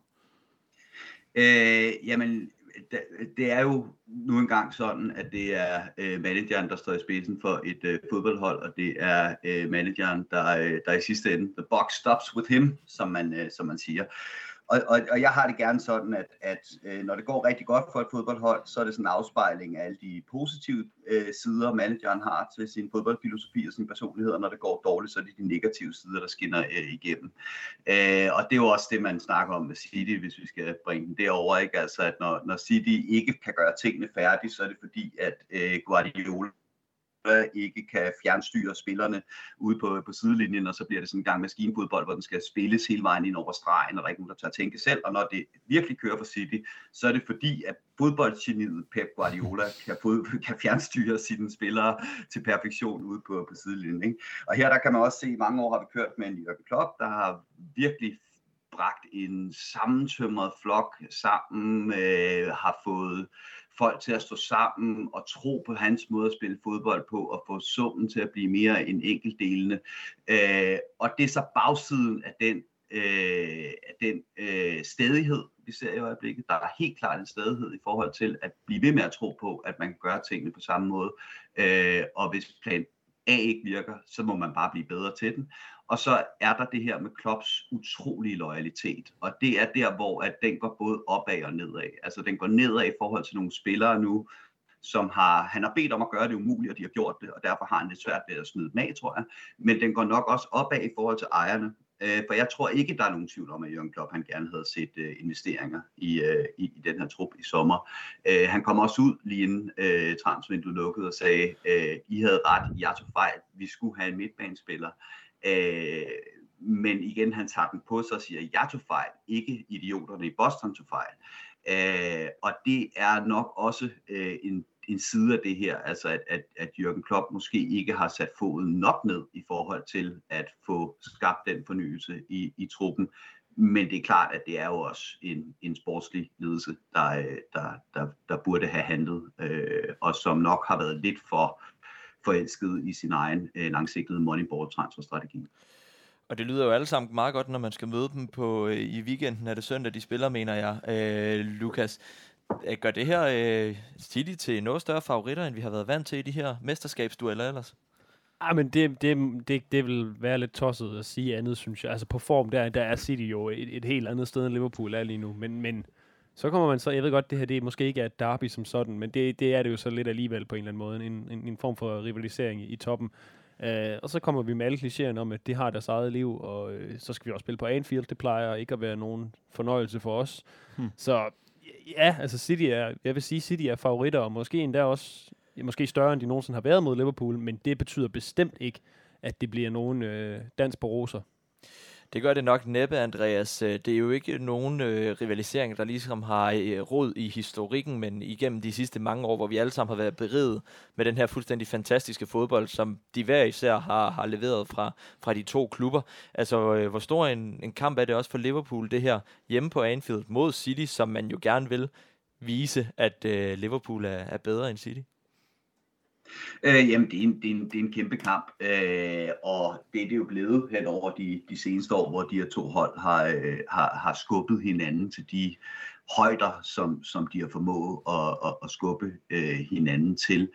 Jamen, det er jo nu engang sådan, at det er manageren, der står i spidsen for et fodboldhold, og det er manageren, der i sidste ende, the buck stops with him, som man siger. Og jeg har det gerne sådan, at når det går rigtig godt for et fodboldhold, så er det sådan en afspejling af alle de positive sider, manageren har til sin fodboldfilosofi og sin personlighed, og når det går dårligt, så er det de negative sider, der skinner igennem. Og det er jo også det, man snakker om med City, hvis vi skal bringe den derover, ikke? Altså, at når City ikke kan gøre tingene færdige, så er det fordi, at Guardiola ikke kan fjernstyre spillerne ude på sidelinjen, og så bliver det sådan en gang maskinfodbold, hvor den skal spilles hele vejen ind over stregen, og der er ikke nogen, der tør tænke selv. Og når det virkelig kører for City, så er det fordi, at fodboldgeniet Pep Guardiola kan fjernstyre sine spillere til perfektion ude på sidelinjen. Ikke? Og her der kan man også se, mange år har vi kørt med en Jürgen Klopp, der har virkelig bragt en sammentømret flok sammen, har fået folk til at stå sammen og tro på hans måde at spille fodbold på, og få summen til at blive mere end enkeltdelene. Og det er så bagsiden af den stædighed, vi ser i øjeblikket. Der er helt klart en stædighed i forhold til at blive ved med at tro på, at man kan gøre tingene på samme måde. Og hvis plan A ikke virker, så må man bare blive bedre til den. Og så er der det her med Klopps utrolige loyalitet, og det er der, hvor at den går både opad og nedad. Altså den går nedad i forhold til nogle spillere nu, som han har bedt om at gøre det umuligt, og de har gjort det, og derfor har han lidt svært ved at smide dem af, tror jeg. Men den går nok også opad i forhold til ejerne, for jeg tror ikke, der er nogen tvivl om, at Jürgen Klopp han gerne havde set investeringer i den her trup i sommer. Han kom også ud lige inden transfervinduet lukkede og sagde, I havde ret, jeg tog fejl, vi skulle have en midtbanespiller. Men igen, han tager den på sig og siger, jeg tog fejl, ikke idioterne i Boston tog fejl. Og det er nok også en side af det her, altså at Jürgen Klopp måske ikke har sat foden nok ned i forhold til at få skabt den fornyelse i truppen. Men det er klart, at det er jo også en sportslig ledelse, der burde have handlet, og som nok har været lidt for forelsket i sin egen langsigtede Moneyball-transferstrategi. Og det lyder jo alle sammen meget godt, når man skal møde dem i weekenden. Er det søndag, de spiller, mener jeg. Lukas, gør det her City til noget større favoritter, end vi har været vant til i de her mesterskabsdueller ellers? Men det vil være lidt tosset at sige andet, synes jeg. Altså på form, der er City jo et helt andet sted, end Liverpool er lige nu. Men så kommer man så, jeg ved godt, det her det måske ikke er et derby som sådan, men det er det jo så lidt alligevel på en eller anden måde. En form for rivalisering i toppen. Og så kommer vi med alle klichéerne om, at det har deres eget liv, og så skal vi også spille på Anfield. Det plejer ikke at være nogen fornøjelse for os. Så ja, altså City er favoritter, og måske endda også måske større, end de nogensinde har været mod Liverpool, men det betyder bestemt ikke, at det bliver nogen dans på roser. Det gør det nok næppe, Andreas. Det er jo ikke nogen rivalisering, der ligesom har rod i historikken, men igennem de sidste mange år, hvor vi alle sammen har været beriget med den her fuldstændig fantastiske fodbold, som de hver især har leveret fra de to klubber. Altså, hvor stor en kamp er det også for Liverpool, det her hjemme på Anfield mod City, som man jo gerne vil vise, at Liverpool er bedre end City? Jamen, det er en kæmpe kamp, og det er det jo blevet hen over de seneste år, hvor de her to hold har skubbet hinanden til de højder, som de har formået at skubbe hinanden til.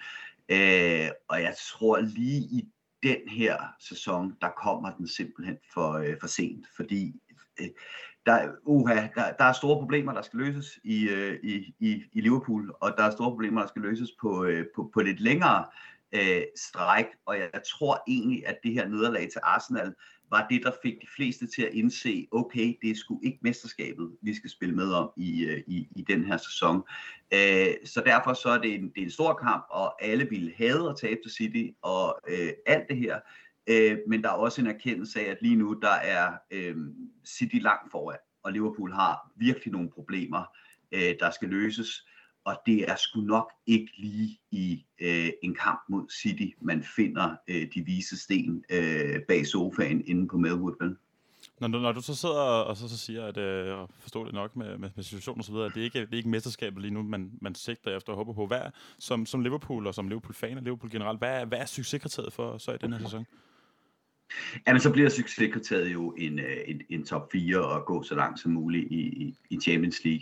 Og jeg tror lige i den her sæson, der kommer den simpelthen for sent, fordi der er store problemer, der skal løses i Liverpool, og der er store problemer, der skal løses på lidt længere stræk, og jeg tror egentlig, at det her nederlag til Arsenal var det, der fik de fleste til at indse, okay, det er sgu ikke mesterskabet, vi skal spille med om i den her sæson. Så derfor så er det en stor kamp, og alle ville hade at tabe til City, og alt det her. Men der er også en erkendelse af, at lige nu der er City langt foran, og Liverpool har virkelig nogle problemer, der skal løses. Og det er sgu nok ikke lige i en kamp mod City, man finder de vise sten bag sofaen inde på Melwood. Når du så sidder og så siger, at forstår det nok med situationen og så videre, at det er ikke mesterskabet lige nu, man sigter efter og håber på. Hvad som Liverpool og som Liverpool-fan og Liverpool generelt, hvad er succeskriteriet for så i den her sæson? Jamen, så bliver succeskriteriet jo en top 4 og gå så langt som muligt i Champions League.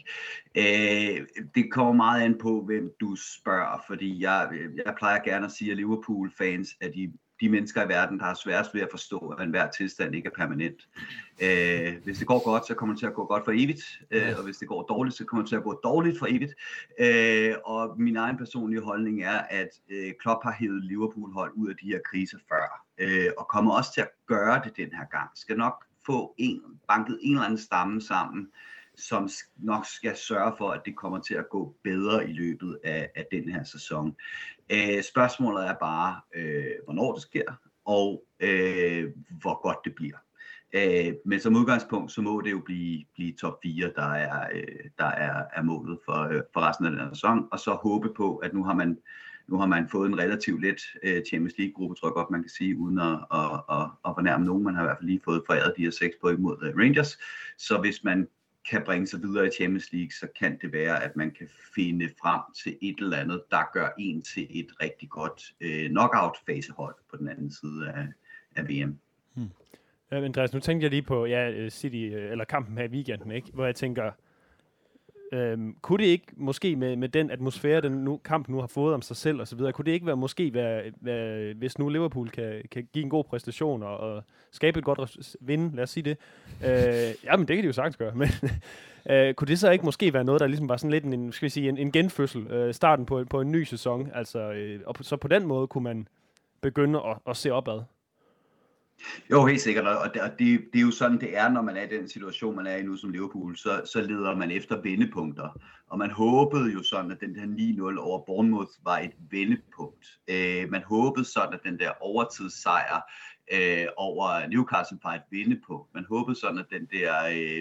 Det kommer meget an på, hvem du spørger, fordi jeg plejer gerne at sige, at Liverpool-fans er de mennesker i verden, der har sværest ved at forstå, at enhver tilstand ikke er permanent. Hvis det går godt, så kommer det til at gå godt for evigt, og hvis det går dårligt, så kommer det til at gå dårligt for evigt. Og min egen personlige holdning er, at Klopp har hævet Liverpool-hold ud af de her kriser før, og kommer også til at gøre det den her gang. Skal nok få banket en eller anden stamme sammen, som nok skal sørge for, at det kommer til at gå bedre i løbet af den her sæson. Spørgsmålet er bare, hvornår det sker, og hvor godt det bliver. Men som udgangspunkt, så må det jo blive top 4, der er målet for resten af den her sæson, og så håbe på, at nu har man fået en relativt let Champions League-gruppe, tror jeg godt, man kan sige, uden at fornærme nogen. Man har i hvert fald lige fået foræret de her 6 point mod Rangers. Så hvis man kan bringe sig videre i Champions League, så kan det være, at man kan finde frem til et eller andet, der gør en til et rigtig godt knockout-fasehold på den anden side af VM. Andreas, nu tænkte jeg lige på City, eller kampen her i weekenden, ikke? Hvor jeg tænker, kunne det ikke måske med den atmosfære, den kampen nu har fået om sig selv og så videre, kunne det ikke være, hvis nu Liverpool kan give en god præstation og skabe et godt vinde, lad os sige det. Jamen det kan de jo sagtens gøre, men kunne det så ikke måske være noget, der ligesom var sådan lidt en genfødsel, starten på en ny sæson, altså, og så på den måde kunne man begynde at se opad? Jo, helt sikkert, og det er jo sådan, det er, når man er i den situation, man er i nu som Liverpool, så leder man efter vendepunkter, og man håbede jo sådan, at den der 9-0 over Bournemouth var et vendepunkt. Man håbede sådan, at den der overtidssejr over Newcastle var et vendepunkt. Man håbede sådan, at den der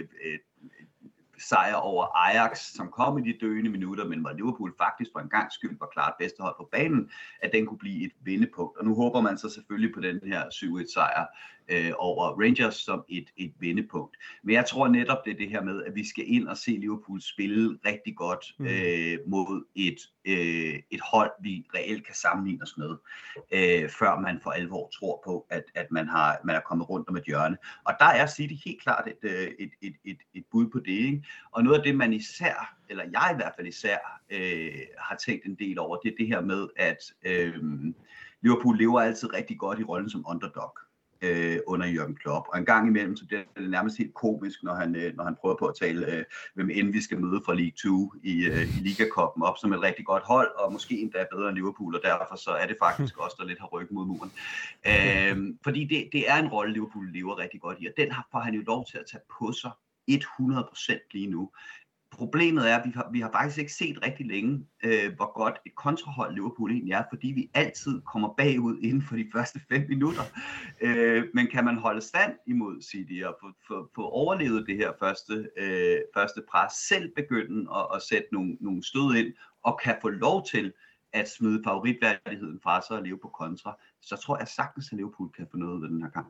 sejr over Ajax, som kom i de døende minutter, men hvor Liverpool faktisk for en gang skyld var klart bedste hold på banen, at den kunne blive et vendepunkt. Og nu håber man så selvfølgelig på den her 7-1 sejr over Rangers som et vendepunkt. Men jeg tror netop, det er det her med, at vi skal ind og se Liverpool spille rigtig godt mod et hold, vi reelt kan sammenligne os med, før man for alvor tror på, at man er kommet rundt om et hjørne. Og der er City helt klart et bud på det, ikke? Og noget af det, man især, eller jeg i hvert fald især, har tænkt en del over, det er det her med, at Liverpool lever altid rigtig godt i rollen som underdog under Jürgen Klopp. Og en gang imellem, så bliver det nærmest helt komisk, når han prøver på at tale, hvem end vi skal møde fra League 2 i Liga-cupen op som et rigtig godt hold, og måske endda bedre end Liverpool, og derfor så er det faktisk også, der lidt har ryggen mod muren. Fordi det er en rolle, Liverpool lever rigtig godt i, og den får han jo lov til at tage på sig 100% lige nu. Problemet er, at vi har faktisk ikke set rigtig længe, hvor godt et kontrahold Liverpool egentlig er, fordi vi altid kommer bagud inden for de første 5 minutter. Men kan man holde stand imod City og få overlevet det her første pres, selv begynde at sætte nogle stød ind, og kan få lov til at smide favoritværdigheden fra sig og leve på kontra, så tror jeg sagtens, at Liverpool kan få noget ud af den her kamp.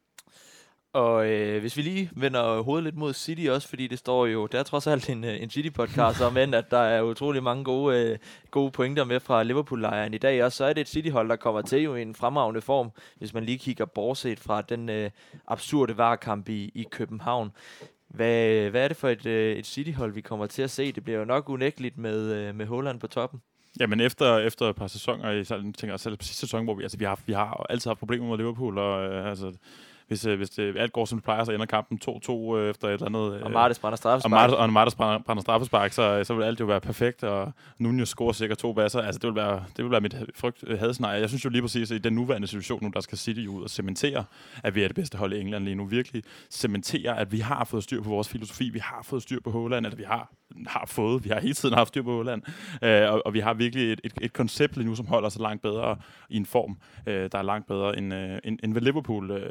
Og hvis vi lige vender hovedet lidt mod City også, fordi det står jo, der er trods alt en City-podcast om, at der er utrolig mange gode pointer med fra Liverpool-lejren i dag, og så er det et City-hold, der kommer til jo i en fremragende form, hvis man lige kigger bortset fra den absurde VAR-kamp i København. Hvad er det for et City-hold, vi kommer til at se? Det bliver jo nok unægteligt med Haaland på toppen. Jamen efter et par sæsoner, jeg tænker jeg selv på sidste sæson, hvor vi har altid haft problemer med Liverpool, og hvis det alt går som det plejer, så ender kampen 2-2 efter et eller andet. Og Martes brænder straffespark. Og Martes brænder straffespark, så vil alt jo være perfekt, og Nunez scorer sikkert 2 basser. Altså det vil være mit hadscenarie. Jeg synes jo lige præcis, at i den nuværende situation nu, der skal City ud og cementere, at vi er det bedste hold i England lige nu. Virkelig cementere, at vi har fået styr på vores filosofi, vi har fået styr på Haaland, at vi har hele tiden haft styr på Haaland, og vi har virkelig et koncept lige nu, som holder sig langt bedre i en form, der er langt bedre end hvad Liverpool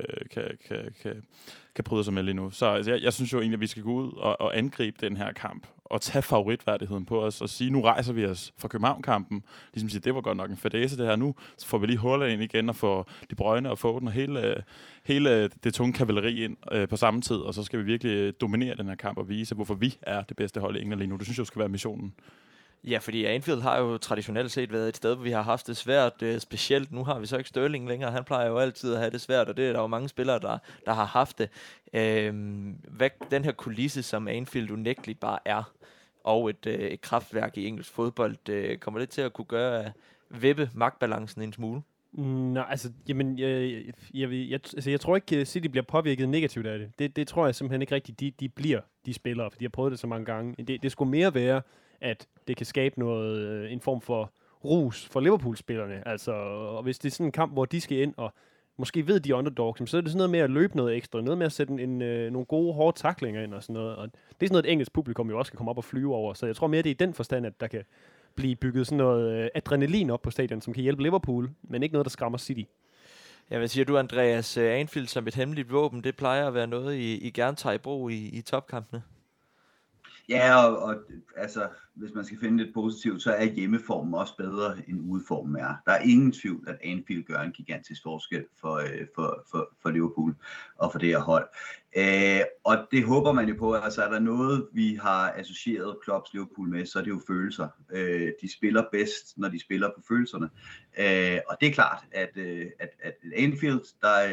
kan bryde sig med lige nu. Så jeg synes jo egentlig, at vi skal gå ud og angribe den her kamp, og tage favoritværdigheden på os, og sige, nu rejser vi os fra København-kampen, ligesom sige, det var godt nok en fadese det her nu, så får vi lige Haaland ind igen, og får De Bruyne og Foden og hele det tunge kavaleri ind på samme tid, og så skal vi virkelig dominere den her kamp og vise, hvorfor vi er det bedste hold i England lige nu. Det synes jeg skal være missionen. Ja, fordi Anfield har jo traditionelt set været et sted, hvor vi har haft det svært. Specielt nu har vi så ikke Sterling længere. Han plejer jo altid at have det svært, og det er der jo mange spillere, der har haft det. Den her kulisse, som Anfield unægteligt bare er, og et kraftværk i engelsk fodbold, kommer det til at kunne gøre vippe magtbalancen en smule? Nej, altså, jamen, jeg tror ikke, City bliver påvirket negativt af det. Det tror jeg simpelthen ikke rigtigt, de bliver de spillere, for de har prøvet det så mange gange. Det skulle mere være, at det kan skabe en form for rus for Liverpool-spillerne. Altså, og hvis det er sådan en kamp, hvor de skal ind og måske ved de underdogs, så er det sådan noget med at løbe noget ekstra, noget med at sætte nogle gode, hårde tacklinger ind og sådan noget. Og det er sådan noget, et engelsk publikum jo også kan komme op og flyve over. Så jeg tror mere, det er i den forstand, at der kan blive bygget sådan noget adrenalin op på stadion, som kan hjælpe Liverpool, men ikke noget, der skræmmer City. Ja, hvad siger du, Andreas? Anfield som et hemmeligt våben, det plejer at være noget, I gerne tager i brug i topkampene. Ja, og altså, hvis man skal finde lidt positivt, så er hjemmeformen også bedre, end udeformen er. Der er ingen tvivl, at Anfield gør en gigantisk forskel for Liverpool og for det her hold. Og det håber man jo på. Altså, er der noget, vi har associeret Klopps Liverpool med, så er det jo følelser. De spiller bedst, når de spiller på følelserne. Og det er klart, at Anfield,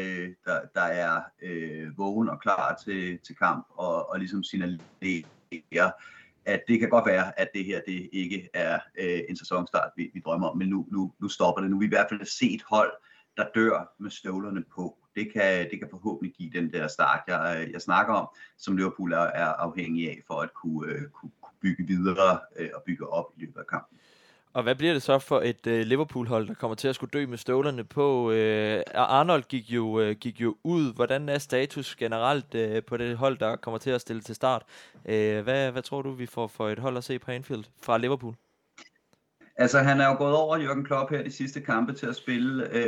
der er vågen og klar til kamp og ligesom signalerer, at det kan godt være, at det her det ikke er en sæsonstart, vi drømmer om, men nu stopper det. Nu har vi i hvert fald set hold, der dør med støvlerne på. Det kan forhåbentlig give den der start, jeg snakker om, som Liverpool er afhængig af for at kunne bygge videre og bygge op i løbet af kampen. Og hvad bliver det så for et Liverpool-hold, der kommer til at skulle dø med støvlerne på? Arnold gik jo ud. Hvordan er status generelt på det hold, der kommer til at stille til start? Hvad tror du, vi får for et hold at se på Anfield fra Liverpool? Altså, han er jo gået over Jürgen Klopp her de sidste kampe til at spille 4-2-3-1,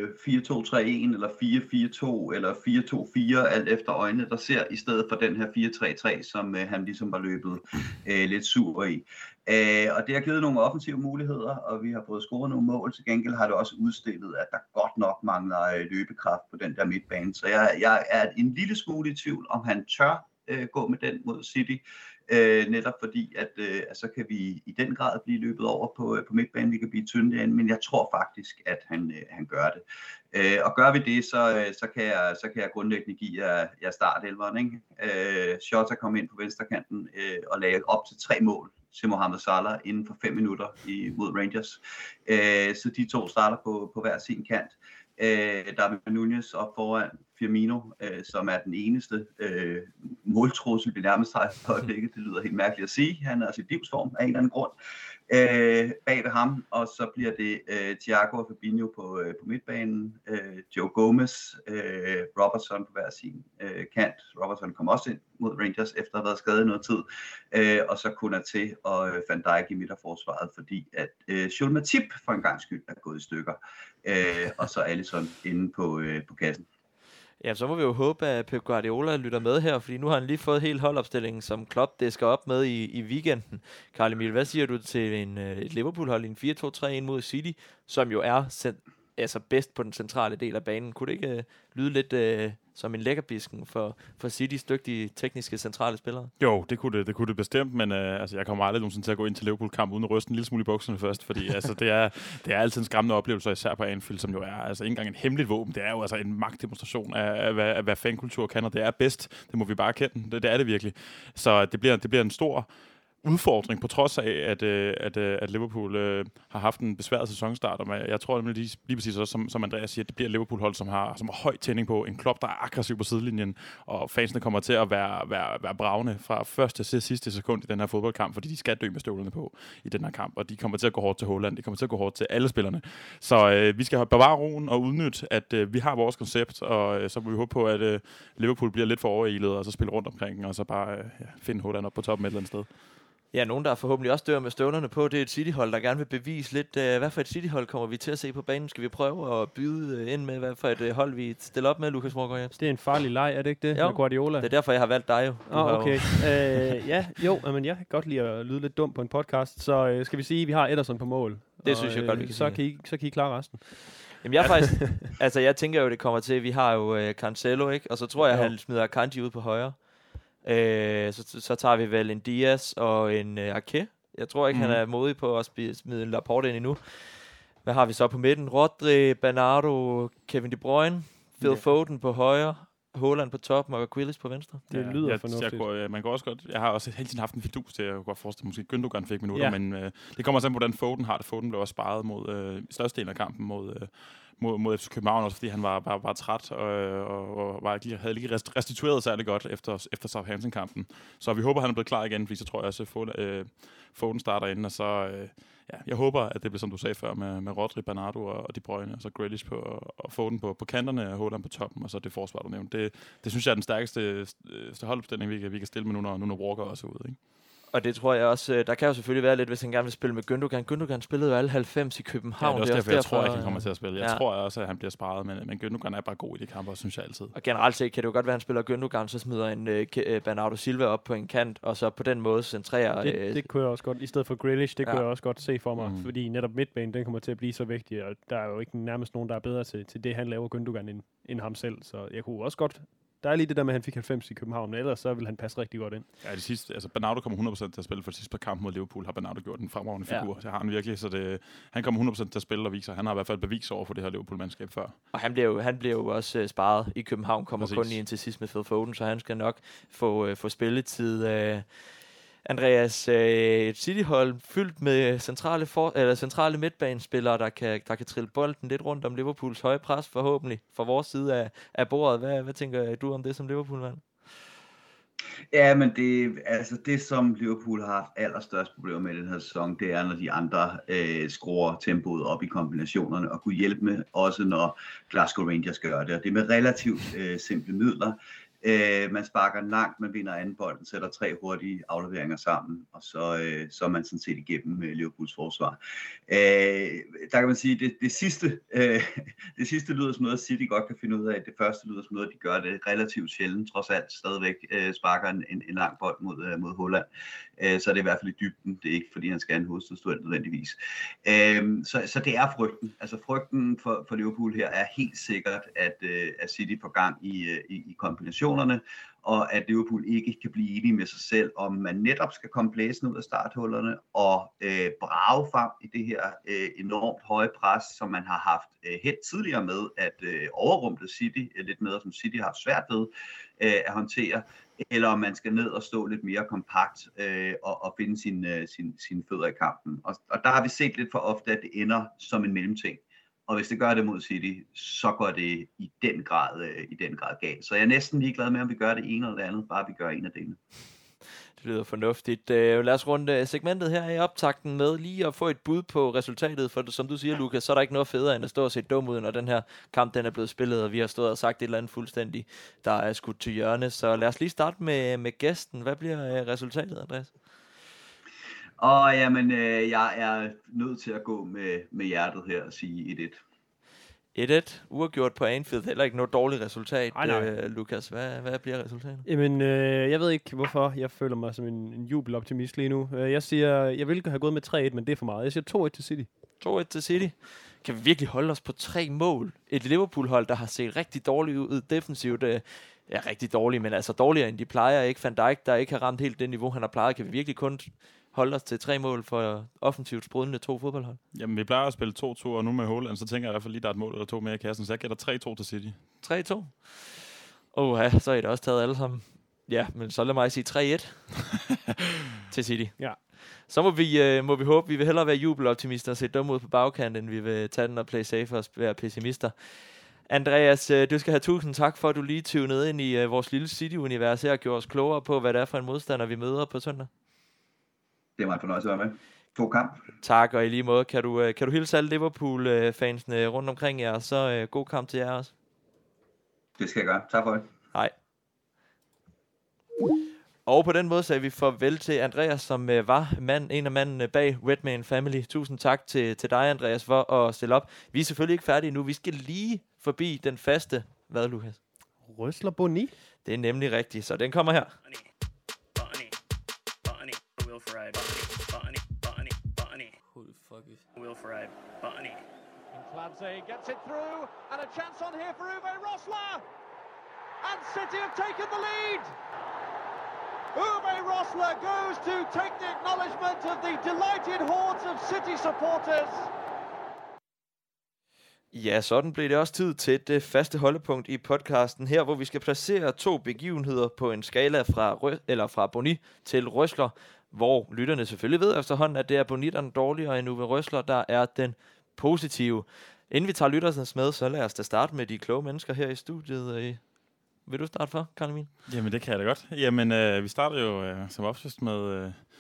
eller 4-4-2, eller 4-2-4, alt efter øjnene, der ser, i stedet for den her 4-3-3, som han ligesom var løbet lidt sur i. Og det har givet nogle offensive muligheder, og vi har fået scoret nogle mål. Til gengæld har det også udstillet, at der godt nok mangler løbekraft på den der midtbane. Så jeg er en lille smule i tvivl, om han tør gå med den mod City. Netop fordi, at så kan vi i den grad blive løbet over på midtbanen, vi kan blive tynde derinde, men jeg tror faktisk, at han gør det. Og gør vi det, så kan jeg grundlæggende give jer startelveren, ikke? Shota kom ind på venstrekanten og lagde op til 3 mål til Mohamed Salah inden for 5 minutter mod Rangers. Så de to starter på hver sin kant. Der er Nunez op foran Firmino, som er den eneste måltrussel, vi nærmest har i øjeblikket. Det lyder helt mærkeligt at sige. Han er sit livsform af en eller anden grund. Bag ved ham, og så bliver det Thiago og Fabinho på midtbanen, Joe Gomez, Robertson på hver sin kant. Robertson kom også ind mod Rangers efter at have været skadet i noget tid, og så Konaté og Van Dijk i midterforsvaret, fordi at Jules Matip for en gang skyld er gået i stykker, og så Alisson inde på kassen. Ja, så må vi jo håbe, at Pep Guardiola lytter med her, fordi nu har han lige fået helt holdopstillingen, som Klopp disker op med i weekenden. Carl Emil, hvad siger du til et Liverpool-hold i en 4-2-3-1 mod City, som jo er bedst på den centrale del af banen? Kunne det ikke lyde lidt som en lækkerbisken for Citys dygtige tekniske centrale spillere? Jo, det kunne det bestemt, men jeg kommer aldrig nogensinde til at gå ind til Liverpool-kamp uden at ryste en lille smule i bukserne først, fordi det er altid en skræmmende oplevelse, især på Anfield, som jo er ikke engang en hemmeligt våben. Det er jo altså en magtdemonstration af hvad fankultur kan, og det er bedst. Det må vi bare kende. Det er det virkelig. Så det bliver en stor udfordring, på trods af, at Liverpool har haft en besværet sæsonstart. Og jeg tror nemlig lige præcis også, som Andreas siger, det bliver Liverpool-hold, som har høj tænding på. En Klopp, der er aggressiv på sidelinjen, og fansene kommer til at være bravende fra første til sidste sekund i den her fodboldkamp, fordi de skal dø med støvlerne på i den her kamp, og de kommer til at gå hårdt til Haaland, de kommer til at gå hårdt til alle spillerne. Så vi skal bevare roen og udnytte, at vi har vores koncept, og så må vi håbe på, at Liverpool bliver lidt for overilet, og så spille rundt omkring, og så bare finde Haaland op på toppen et eller andet sted. Ja, nogen, der forhåbentlig også dør med støvlerne på, det er et City-hold, der gerne vil bevise lidt, hvad for et City-hold kommer vi til at se på banen. Skal vi prøve at byde ind med, hvad for et hold vi stiller op med, Lukas Morgaard Jebsen? Det er en farlig leg, er det ikke det? Jo, med Guardiola? det er derfor, jeg har valgt dig jo. Okay. Men jeg kan godt lide at lyde lidt dum på en podcast, så skal vi sige, at vi har Ederson på mål. Det synes jeg godt, vi kan sige. Så kan I klare resten. Jamen jeg faktisk, jeg tænker jo, det kommer til, vi har jo Cancelo, ikke? Og så tror jeg, han smider Akanji ud på højre. Så tager vi vel en Diaz og en Ake. Jeg tror ikke, han er modig på at smide en Laporte ind endnu. Hvad har vi så på midten? Rodri, Bernardo, Kevin De Bruyne, Phil Foden på højre, Haaland på top, og Grealish på venstre. Det lyder fornuftigt. Man kan også godt. Jeg har også hele tiden haft en fidus til at godt forestille, måske Gündogan fik minutter, men det kommer sammen, hvordan Foden har det. Foden blev også sparet mod størstedelen af kampen mod FC København, også fordi han var træt og havde ikke restitueret særlig godt efter Southampton-kampen. Så vi håber, han er blevet klar igen, fordi så tror jeg også, at Foden starter inden, og så ja, jeg håber, at det bliver, som du sagde før, med Rodri, Bernardo og De Bruyne, og så Grealish på at få den på kanterne, og Haaland på toppen, og så det forsvar, du nævnte. Det synes jeg er den stærkeste holdopstilling, vi kan stille med nu, når Walker også er ude, ikke? Og det tror jeg også, der kan jo selvfølgelig være lidt, hvis han gerne vil spille med Gündogan. Gündogan spillede jo alle 90 i København. Ja, det er også derfor, jeg tror ikke, han kommer til at spille. Jeg tror også, at han bliver sparet, men Gündogan er bare god i de kamper, synes jeg altid. Og generelt set kan det jo godt være, at han spiller Gündogan, så smider en Bernardo Silva op på en kant, og så på den måde centrerer... Det kunne jeg også godt, i stedet for Grealish, kunne jeg også godt se for mig, fordi netop midtbanen, den kommer til at blive så vigtig, og der er jo ikke nærmest nogen, der er bedre til det, han laver Gündogan end ham selv, så jeg kunne også godt... Der er lige det der med, at han fik 90 i København, men ellers så vil han passe rigtig godt ind. Ja, det sidste, altså Bernardo kommer 100% til at spille for det sidste par kampe mod Liverpool, har Bernardo gjort en fremragende figur. Det har han virkelig, så han kommer 100% til at spille og viser. Han har i hvert fald bevis over for det her Liverpool-mandskab før. Og han bliver jo også sparet i København, kommer kun lige ind til sidst med Phil Foden, så han skal nok få spilletid. Andreas, City-hold fyldt med centrale midtbanespillere, der kan trille bolden lidt rundt om Liverpools høje pres, forhåbentlig fra vores side af bordet. Hvad tænker du om det som Liverpool-mand? Ja, men det som Liverpool har haft allerstørst problemer med i den her sæson, det er, når de andre skruer tempoet op i kombinationerne og kunne hjælpe med, også når Glasgow Rangers gør det. Og det er med relativt simple midler. Man sparker langt, man vinder anden bolden, sætter 3 hurtige afleveringer sammen, og så er man sådan set igennem Liverpools forsvar. Der kan man sige, det sidste lyder som noget, City godt kan finde ud af. Det første lyder som noget, de gør det relativt sjældent, trods alt stadigvæk sparker en lang bold mod Haaland. Så er det i hvert fald i dybden. Det er ikke, fordi han skal have en hovedstødstuel nødvendigvis. Så det er frygten. Altså frygten for Liverpool her er helt sikkert, at City får gang i kombinationerne, og at Liverpool ikke kan blive enige med sig selv, om man netop skal komme blæsende ud af starthullerne og brage frem i det her enormt høje pres, som man har haft helt tidligere med at overrumple City, lidt med, som City har haft svært ved at håndtere, eller om man skal ned og stå lidt mere kompakt og finde sine fødder i kampen. Og der har vi set lidt for ofte, at det ender som en mellemting. Og hvis det gør det mod City, så går det i den grad galt. Så jeg er næsten ligeglad med, om vi gør det ene eller det andet, bare vi gør en af delene. Det lyder fornuftigt. Lad os runde segmentet her i optakten med lige at få et bud på resultatet, for som du siger, Lukas, så er der ikke noget federe end at stå og se dum ud, når den her kamp den er blevet spillet, og vi har stået og sagt et eller andet fuldstændig, der er skudt til hjørne. Så lad os lige starte med gæsten. Hvad bliver resultatet, Andreas? Jamen, jeg er nødt til at gå med hjertet her og sige 1-1. 1-1, uafgjort på Anfield, heller ikke noget dårligt resultat. Lukas, hvad bliver resultatet? Jamen, jeg ved ikke, hvorfor jeg føler mig som en jubeloptimist lige nu. Jeg siger, jeg ville have gået med 3-1, men det er for meget. Jeg siger 2-1 til City. 2-1 til City. Kan vi virkelig holde os på 3 mål? Et Liverpool-hold, der har set rigtig dårligt ud defensivt. Rigtig dårligt, men altså dårligere end de plejer. Ikke Van Dijk, der ikke har ramt helt det niveau, han har plejet. Kan vi virkelig kun holde os til 3 mål for offensivt sprudlende 2 fodboldhold? Jamen, vi plejer at spille 2-2, og nu med Haaland, så tænker jeg i hvert fald lige, der er et mål eller 2 mere i kassen. Så jeg gætter 3-2 til City. 3-2? Så er I da også taget alle sammen. Ja, men så lad mig sige 3-1 til City. Ja. Så må vi håbe, vi vil hellere være jubeloptimister og se dumme ud på bagkanten, end vi vil tage den og play safe og være pessimister. Andreas, du skal have 1000 tak for, at du lige tunede ind i vores lille City-univers her og gjorde os klogere på, hvad det er for en modstander, vi møder på søndag. Det er meget fornøjelse at være med. God kamp. Tak, og i lige måde, kan du hilse alle Liverpool-fansene rundt omkring jer, så god kamp til jer også. Det skal jeg gøre. Tak for det. Hej. Og på den måde sagde vi farvel til Andreas, som var en af mændene bag Redmayne Family. Tusind tak til dig, Andreas, for at stille op. Vi er selvfølgelig ikke færdige nu. Vi skal lige forbi den faste. Hvad, Lukas? Rösler Boni? Det er nemlig rigtigt, så den kommer her. Who the fuck is Will Ferrari? Botany. Clancy gets it through, and a chance on here for Uwe Rosler. And City have taken the lead. Uwe Rosler goes to take the acknowledgement of the delighted hordes of City supporters. Ja, sådan blev det også tid til det faste holdepunkt i podcasten her, hvor vi skal placere 2 begivenheder på en skala fra Boni til Rösler, hvor lytterne selvfølgelig ved efterhånden, at det er Boni, der er den dårligere end Uwe Rösler, der er den positive. Inden vi tager lytternes med, så lad os da starte med de kloge mennesker her i studiet. Vil du starte for, Karl Emil? Jamen, det kan jeg da godt. Jamen, vi starter jo som oftest med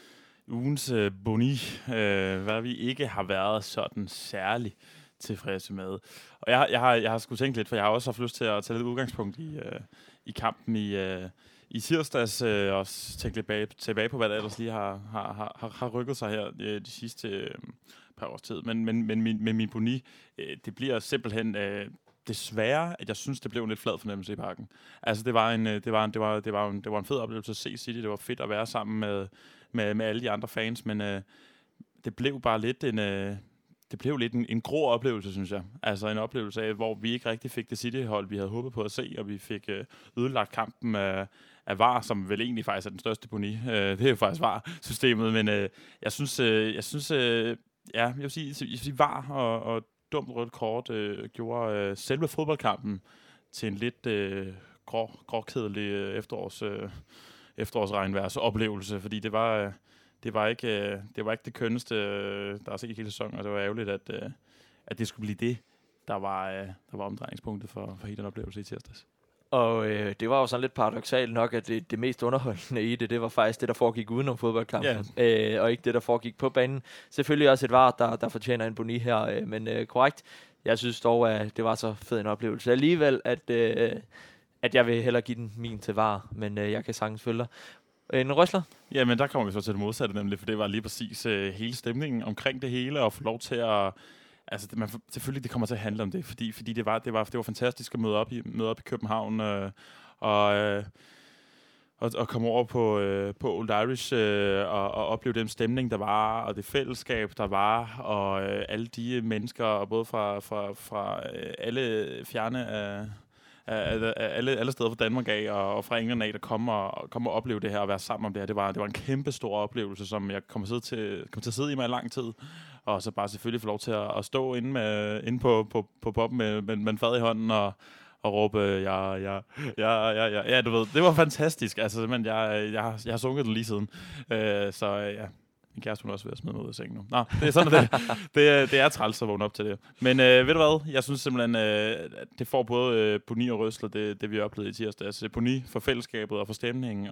Ugens boni, hvad vi ikke har været sådan særlig tilfredse med. Og jeg har sgu tænkt lidt, for jeg har også haft lyst til at tage lidt udgangspunkt i kampen i tirsdags, og tænke lidt tilbage på, hvad der ellers lige har rykket sig her de sidste par års tid. Men min boni, det bliver simpelthen desværre, at jeg synes, det blev en lidt flad fornemmelse i parken. Altså, det var en fed oplevelse at se City. Det var fedt at være sammen med alle de andre fans, men det blev bare lidt en grå oplevelse, synes jeg. Altså en oplevelse af, hvor vi ikke rigtig fik det City-hold, vi havde håbet på at se, og vi fik ødelagt kampen af VAR, som vel egentlig faktisk er den største boni. Det er jo faktisk VAR-systemet, men jeg synes, jeg vil sige VAR og dumt rødt kort gjorde selve fodboldkampen til en lidt gråkedelig efterårsregnværs oplevelse, fordi det var ikke det kønneste, der er set i hele sæsonen, og det var ærgerligt, at det skulle blive det, der var omdrejningspunktet for hele den oplevelse i tirsdags. Og det var jo sådan lidt paradoksalt nok, at det mest underholdende i det var faktisk det, der foregik udenom fodboldkampen, og ikke det, der foregik på banen. Selvfølgelig også et VAR, der fortjener en boni her, men korrekt. Jeg synes dog, at det var så fed en oplevelse alligevel, at jeg vil hellere give den min til VAR, men jeg kan sagtens følge dig. En Røsler? Ja, men der kommer vi så til det modsatte, nemlig, for det var lige præcis hele stemningen omkring det hele, og få lov til at... Altså, selvfølgelig det kommer til at handle om det, fordi det var fantastisk at møde op i København og komme over på Old Irish og opleve den stemning, der var, og det fællesskab, der var, og alle de mennesker, både fra alle fjerne alle steder fra Danmark af og fra England af, der kommer og opleve det her og være sammen om det her. Det var en kæmpe stor oplevelse, som jeg kommer til at sidde i mig i lang tid. Og så bare selvfølgelig få lov til at stå inde på poppen med en fad i hånden og råbe, ja, du ved, det var fantastisk. Altså, men jeg har sunget det lige siden. Så ja, min kæreste hun også ved at smide mig ud af sengen nu. Nå, det er sådan, det er træls at vågne op til det. Men ved du hvad? Jeg synes simpelthen, det får både boni og Røsler, det vi oplevede i tirsdags. Boni for fællesskabet og for stemningen,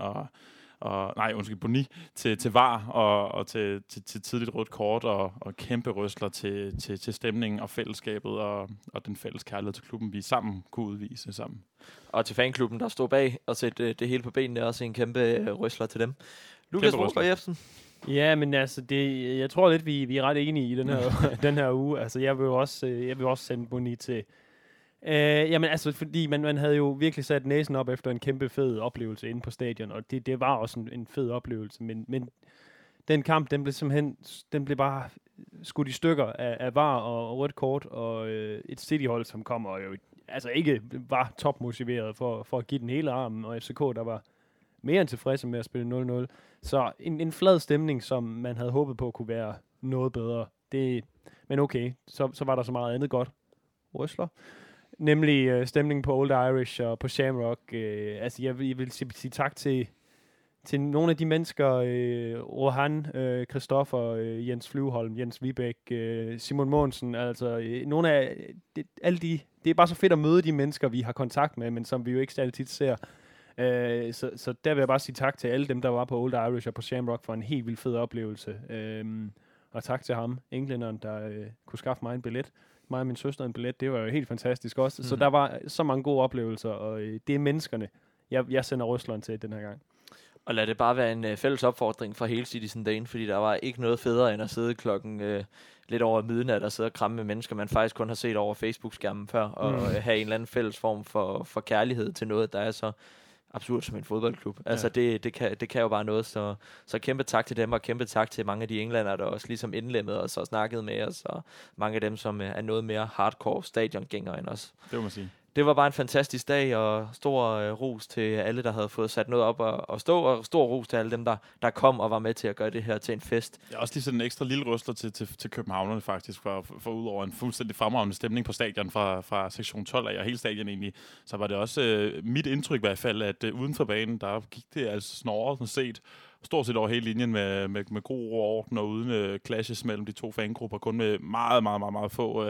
boni til VAR og til tidligt rødt kort og kæmpe Røsler til stemningen og fællesskabet og den fælles kærlighed til klubben, vi sammen kunne udvise sammen. Og til fanklubben, der stod bag og sætte det hele på benene, også en kæmpe Røsler til dem. Lukas Rosgaard Jebsen. Ja, men altså, jeg tror lidt, vi er ret enige i den her uge. Altså, jeg vil også sende boni til... Jamen altså, fordi man havde jo virkelig sat næsen op efter en kæmpe fed oplevelse inde på stadion, og det var også en fed oplevelse, men den kamp, den blev bare skudt i stykker af VAR og rødt kort, og et City-hold, som kommer jo altså ikke var topmotiveret for at give den hele armen, og FCK, der var mere end tilfredse med at spille 0-0. Så en flad stemning, som man havde håbet på kunne være noget bedre. Men okay, så var der så meget andet godt. Røsler. Nemlig stemningen på Old Irish og på Shamrock. Altså, jeg vil sige tak til nogle af de mennesker, Rohan, Christoffer, Jens Flyvholm, Jens Vibæk, Simon Mogensen, altså nogle af alle de, det er bare så fedt at møde de mennesker, vi har kontakt med, men som vi jo ikke særlig tit ser. Så der vil jeg bare sige tak til alle dem, der var på Old Irish og på Shamrock for en helt vildt fed oplevelse. Og tak til ham, englænderen, der kunne skaffe mig en billet. Mig og min søster en billet, det var jo helt fantastisk også. Så der var så mange gode oplevelser, og det er menneskerne, jeg sender Røsleren til den her gang. Og lad det bare være en fælles opfordring fra hele Citizen Dane, fordi der var ikke noget federe end at sidde klokken lidt over midnat og sidde og kramme med mennesker, man faktisk kun har set over Facebook-skærmen før, og have en eller anden fælles form for kærlighed til noget, der er så absurd som en fodboldklub. Ja. Altså det kan jo bare noget, så kæmpe tak til dem, og kæmpe tak til mange af de englænder, der også ligesom indlemmede os og snakkede med os, og mange af dem, som er noget mere hardcore stadiongængere end os. Det må man sige. Det var bare en fantastisk dag, og stor ros til alle, der havde fået sat noget op og stå, og stor ros til alle dem, der kom og var med til at gøre det her til en fest. Ja, også lige sådan en ekstra lille Røsler til københavnerne faktisk, for ud over en fuldstændig fremragende stemning på stadion fra sektion 12 af, og hele stadion egentlig, så var det også mit indtryk i hvert fald, at uden for banen, der gik det altså snorret set, stort set over hele linjen med god ro og orden, og uden clashes mellem de to fangrupper, kun med meget, meget, meget, meget få,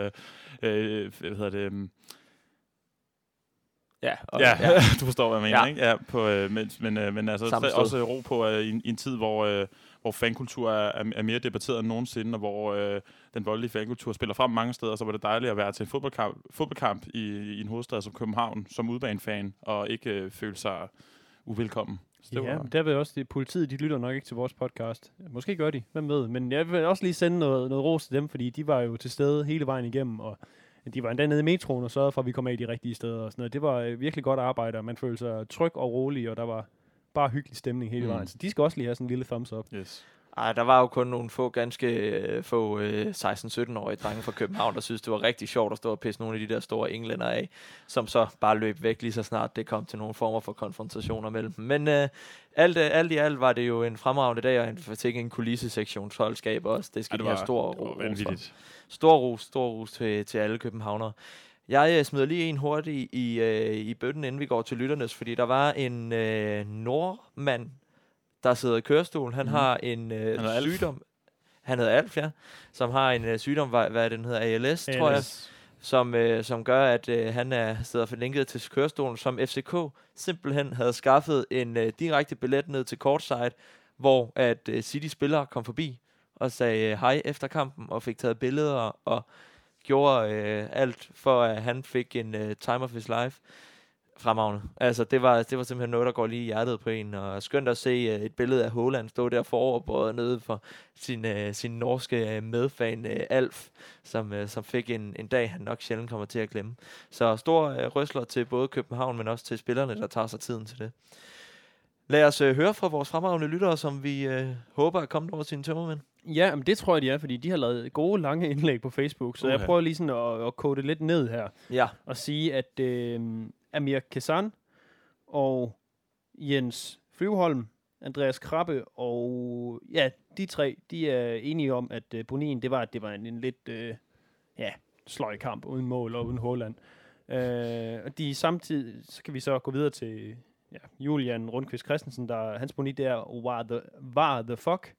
Ja, du forstår, hvad jeg mener, ikke? Ja, men altså også ro på i en tid, hvor hvor fankultur er mere debatteret end nogensinde, og hvor den voldelige fankultur spiller frem mange steder, så var det dejligt at være til en fodboldkamp i en hovedstad som København, som udbanefan, og ikke føle sig uvelkommen. Ja, der vil også politiet, de lytter nok ikke til vores podcast. Måske gør de, hvem ved. Men jeg vil også lige sende noget ros til dem, fordi de var jo til stede hele vejen igennem, og de var endda nede i metroen og sørgede for, at vi kom af i de rigtige steder og sådan noget. Det var virkelig godt arbejde, og man følte sig tryg og rolig, og der var bare hyggelig stemning hele vejen. Så de skal også lige have sådan en lille thumbs up. Yes. Ej, der var jo kun nogle ganske få 16-17-årige drenge fra København, der synes det var rigtig sjovt at stå og pisse nogle af de der store englænder af, som så bare løb væk lige så snart det kom til nogle former for konfrontationer mellem dem. Men alt i alt var det jo en fremragende dag, og en kulissesektionsholdskab også. Det skal de have stor ros. Stor ros til alle københavnere. Jeg smider lige en hurtigt i bøtten, inden vi går til lytternes, fordi der var en nordmand, der sidder i kørestolen. Han har en sygdom. Han hedder Alf, ja. Som har en sygdom, hvad den hedder, ALS, tror jeg. Som gør, at han sidder forlænket til kørestolen, som FCK simpelthen havde skaffet en direkte billet ned til courtside, hvor at City-spillere kom forbi og sagde hej efter kampen, og fik taget billeder, og gjorde alt for, at han fik en time of his life. Fremragende. Altså, det var simpelthen noget, der går lige i hjertet på en, og skønt at se et billede af Haaland stå der foroverbøjet nede for sin norske medfan Alf, som fik en dag, han nok sjældent kommer til at glemme. Så stor røsler til både København, men også til spillerne, der tager sig tiden til det. Lad os høre fra vores fremragende lyttere, som vi håber er kommet over sine tømmermænd. Ja, men det tror jeg, de er, fordi de har lavet gode, lange indlæg på Facebook, så jeg prøver lige sådan at kode det lidt ned her. Ja. Og sige, at Amir Kesan og Jens Flyvholm, Andreas Krabbe og de tre, de er enige om, at Bonin, det var en lidt sløj kamp uden mål og uden Haaland. Og de samtidig, så kan vi så gå videre til Julian Rundqvist Christensen, der hans Bonin der var the fuck.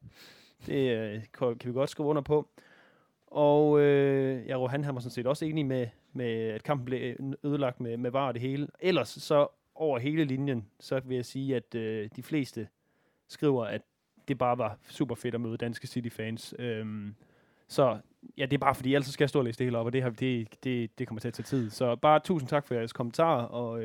Det kan vi godt skrive under på. Og Rohan han var sådan set også enig med at kampen blev ødelagt med VAR og det hele. Ellers så over hele linjen, så vil jeg sige, at de fleste skriver, at det bare var super fedt at møde danske City-fans. Så ja, det er bare fordi, ellers skal jeg stå og læse det hele op, og det kommer til at tage tid. Så bare tusind tak for jeres kommentarer, og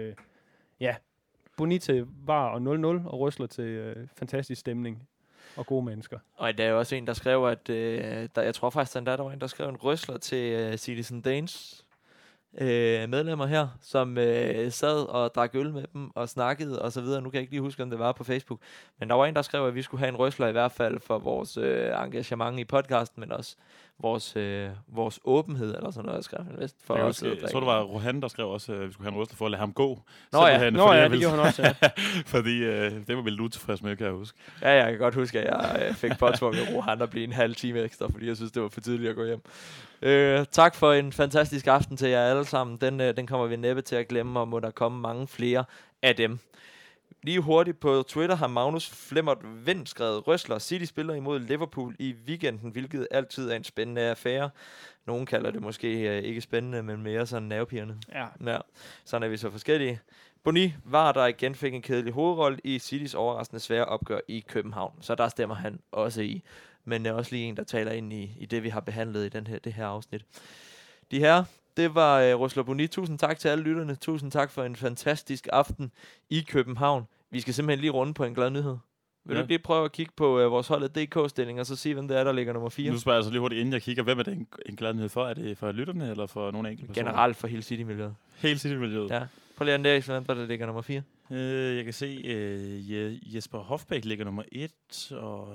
Boni til VAR og 0-0, og Røsler til fantastisk stemning og gode mennesker. Og der er jo også en, der skrev, at jeg tror faktisk, der var en, der skrev en Røsler til Citizen Danes medlemmer her, som sad og drak øl med dem og snakkede og så videre. Nu kan jeg ikke lige huske, om det var på Facebook. Men der var en, der skrev, at vi skulle have en Røsler i hvert fald for vores engagement i podcasten, men også vores åbenhed, eller sådan noget, jeg skrev han vist. Jeg tror, det var Rohan, der skrev også, at vi skulle have en Røsler for at lade ham gå. Det gjorde han også, ja. Fordi det var vel utilfreds med, kan jeg huske. Ja, jeg kan godt huske, at jeg fik påtvunget Rohan at blive en halv time ekstra, fordi jeg synes, det var for tidligt at gå hjem. Tak for en fantastisk aften til jer alle sammen. Den kommer vi næppe til at glemme, og må der komme mange flere af dem. Lige hurtigt på Twitter har Magnus Flemmert Vind skrevet: Røsler City spiller imod Liverpool i weekenden, hvilket altid er en spændende affære. Nogen kalder det måske ikke spændende, men mere sådan nervepirrende. Ja. Sådan er vi så forskellige. Boni var der igen fik en kedelig hovedrolle i Citys overraskende svære opgør i København, så der stemmer han også i. Men også lige en, der taler ind i det, vi har behandlet i det her afsnit. De her, det var Røsler Boni. Tusind tak til alle lytterne. Tusind tak for en fantastisk aften i København. Vi skal simpelthen lige runde på en glad nyhed. Vil du lige prøve at kigge på vores holdet DK-stilling, og så sige, hvem det er, der ligger nummer 4? Nu spørger jeg altså lige hurtigt, inden jeg kigger. Hvem er det en glad nyhed for? Er det for lytterne, eller for nogle enkelte personer? Generelt for hele City-miljøet. Hele City-miljøet? Ja. Prøv lige at nære, hvem der ligger nummer 4. Jeg kan se, Jesper Hofbæk ligger nummer 1, og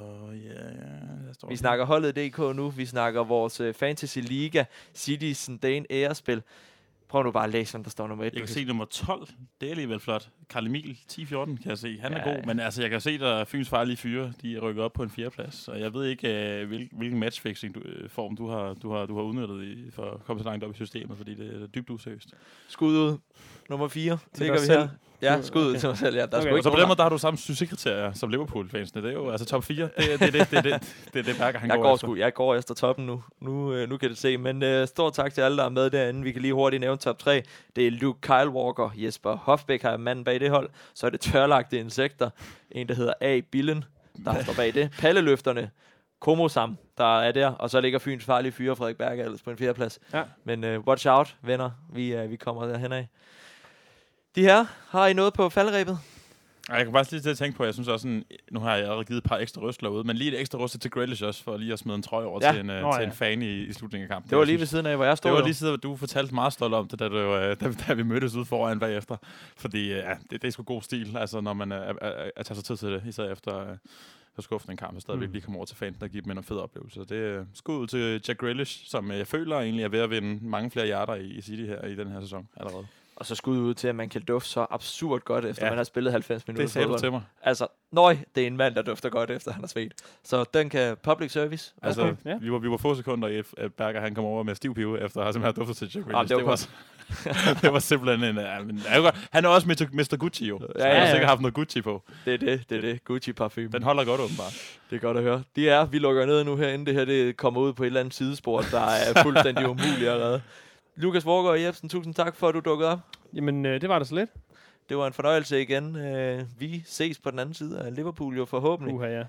vi snakker holdet DK nu. Vi snakker vores Fantasy Liga, Citizen Dane Ærespil. Prøv nu bare at læse, hvem der står nummer 1. Jeg kan se nummer 12. Det er alligevel flot. Karl Emil, 10-14, kan jeg se. Han er god, men altså, jeg kan se, der Fyns farlige fyre, de rykker op på en 4. plads. Og jeg ved ikke, hvilken matchfixing-form du har udnyttet for at komme så langt op i systemet, fordi det er dybt useriøst. Skud ud. Nummer 4. Ligger vi her. Ja, skud ud til mig selv. Ja, der okay. Så på den måde, der har du samme succeskriterier som Liverpool-fansene. Det er jo altså top 4. Det er det Berger, han går efter. Jeg går efter toppen nu. Nu kan det se. Men stort tak til alle, der er med derinde. Vi kan lige hurtigt nævne top 3. Det er Luke Kyle Walker, Jesper Hofbæk har manden bag det hold. Så er det tørlagte insekter. En, der hedder A. Billen. der står bag det. Palleløfterne, Komosam, der er der, og så ligger Fyns farlige fyre Frederik Berger ellers på en 4. plads. Ja. Men watch out, venner. Vi kommer derhen af. De her, har I noget på faldrebet? Jeg kan bare lige til at tænke på, jeg synes også sådan, nu har jeg allerede givet et par ekstra rystler ud, men lige et ekstra ryster til Grealish også, for lige at smide en trøje over til en fan i slutningen af kampen. Det var lige ved siden af, hvor jeg stod. Det var lige siden, du fortalte meget stolt om det, da vi mødtes ude foran bagefter. Fordi det er sgu god stil, altså når man tager sig tid til det, især efter så skuffende en kamp, og stadigvæk lige komme over til fansen og give dem en fed oplevelse. Så det er skud ud til Jack Grealish, som jeg føler egentlig er ved at vinde mange flere hjerter i City her i den her sæson allerede. Og så skud ud til, at man kan dufte så absurd godt, efter man har spillet 90 minutter. Det sagde du til mig. Altså, det er en mand, der dufter godt, efter han har svedt. Så den kan public service. Altså, vi var få sekunder i, at Berger han kom over med stiv pive, efter at have duftet til Jack Grealish. Det var simpelthen han er også Mr. Gucci jo. Så han har sikkert haft noget Gucci på. Det er det. Gucci-parfume. Den holder godt åbenbart. Det er godt at høre. Vi lukker ned nu herinde. Det her det kommer ud på et eller andet sidespor, der er fuldstændig umuligt at redde. Lukas Vorgård Jebsen, tusind tak for, at du dukkede op. Jamen, det var da så lidt. Det var en fornøjelse igen. Vi ses på den anden side af Liverpool jo forhåbentlig. Ja.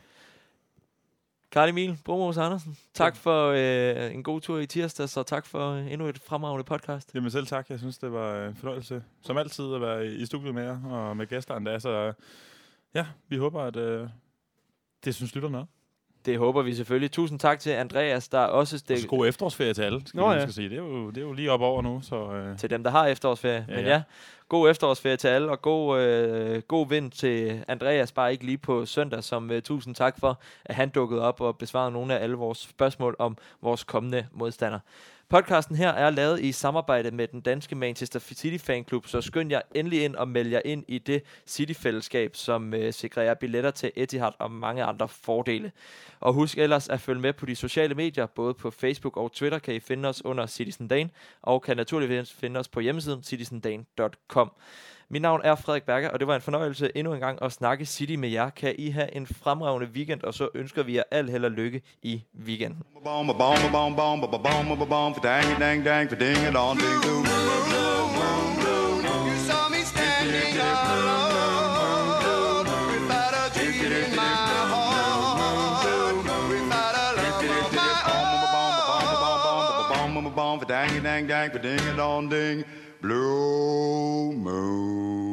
Carl Emil Brumos Andersen, tak for en god tur i tirsdags, og tak for endnu et fremragende podcast. Jamen selv tak. Jeg synes, det var en fornøjelse, som altid, at være i studiet med jer og med gæsterne. Så vi håber, at det synes lytterne er. Det håber vi selvfølgelig. Tusind tak til Andreas, der også Og god efterårsferie til alle, skal sige. Det er jo lige op over nu. Så, til dem, der har efterårsferie. Men god efterårsferie til alle, og god vind til Andreas, bare ikke lige på søndag, som tusind tak for, at han dukkede op og besvarede nogle af alle vores spørgsmål om vores kommende modstander. Podcasten her er lavet i samarbejde med den danske Manchester City Fanklub, så skynd jer endelig ind og meld jer ind i det City-fællesskab, som sikrer jer billetter til Etihad og mange andre fordele. Og husk ellers at følge med på de sociale medier, både på Facebook og Twitter kan I finde os under Citizen Dane, og kan naturligvis finde os på hjemmesiden citizendane.com. Mit navn er Frederik Berger, og det var en fornøjelse endnu en gang at snakke City med jer. Kan I have en fremragende weekend, og så ønsker vi jer al held og lykke i weekenden. Blue moon.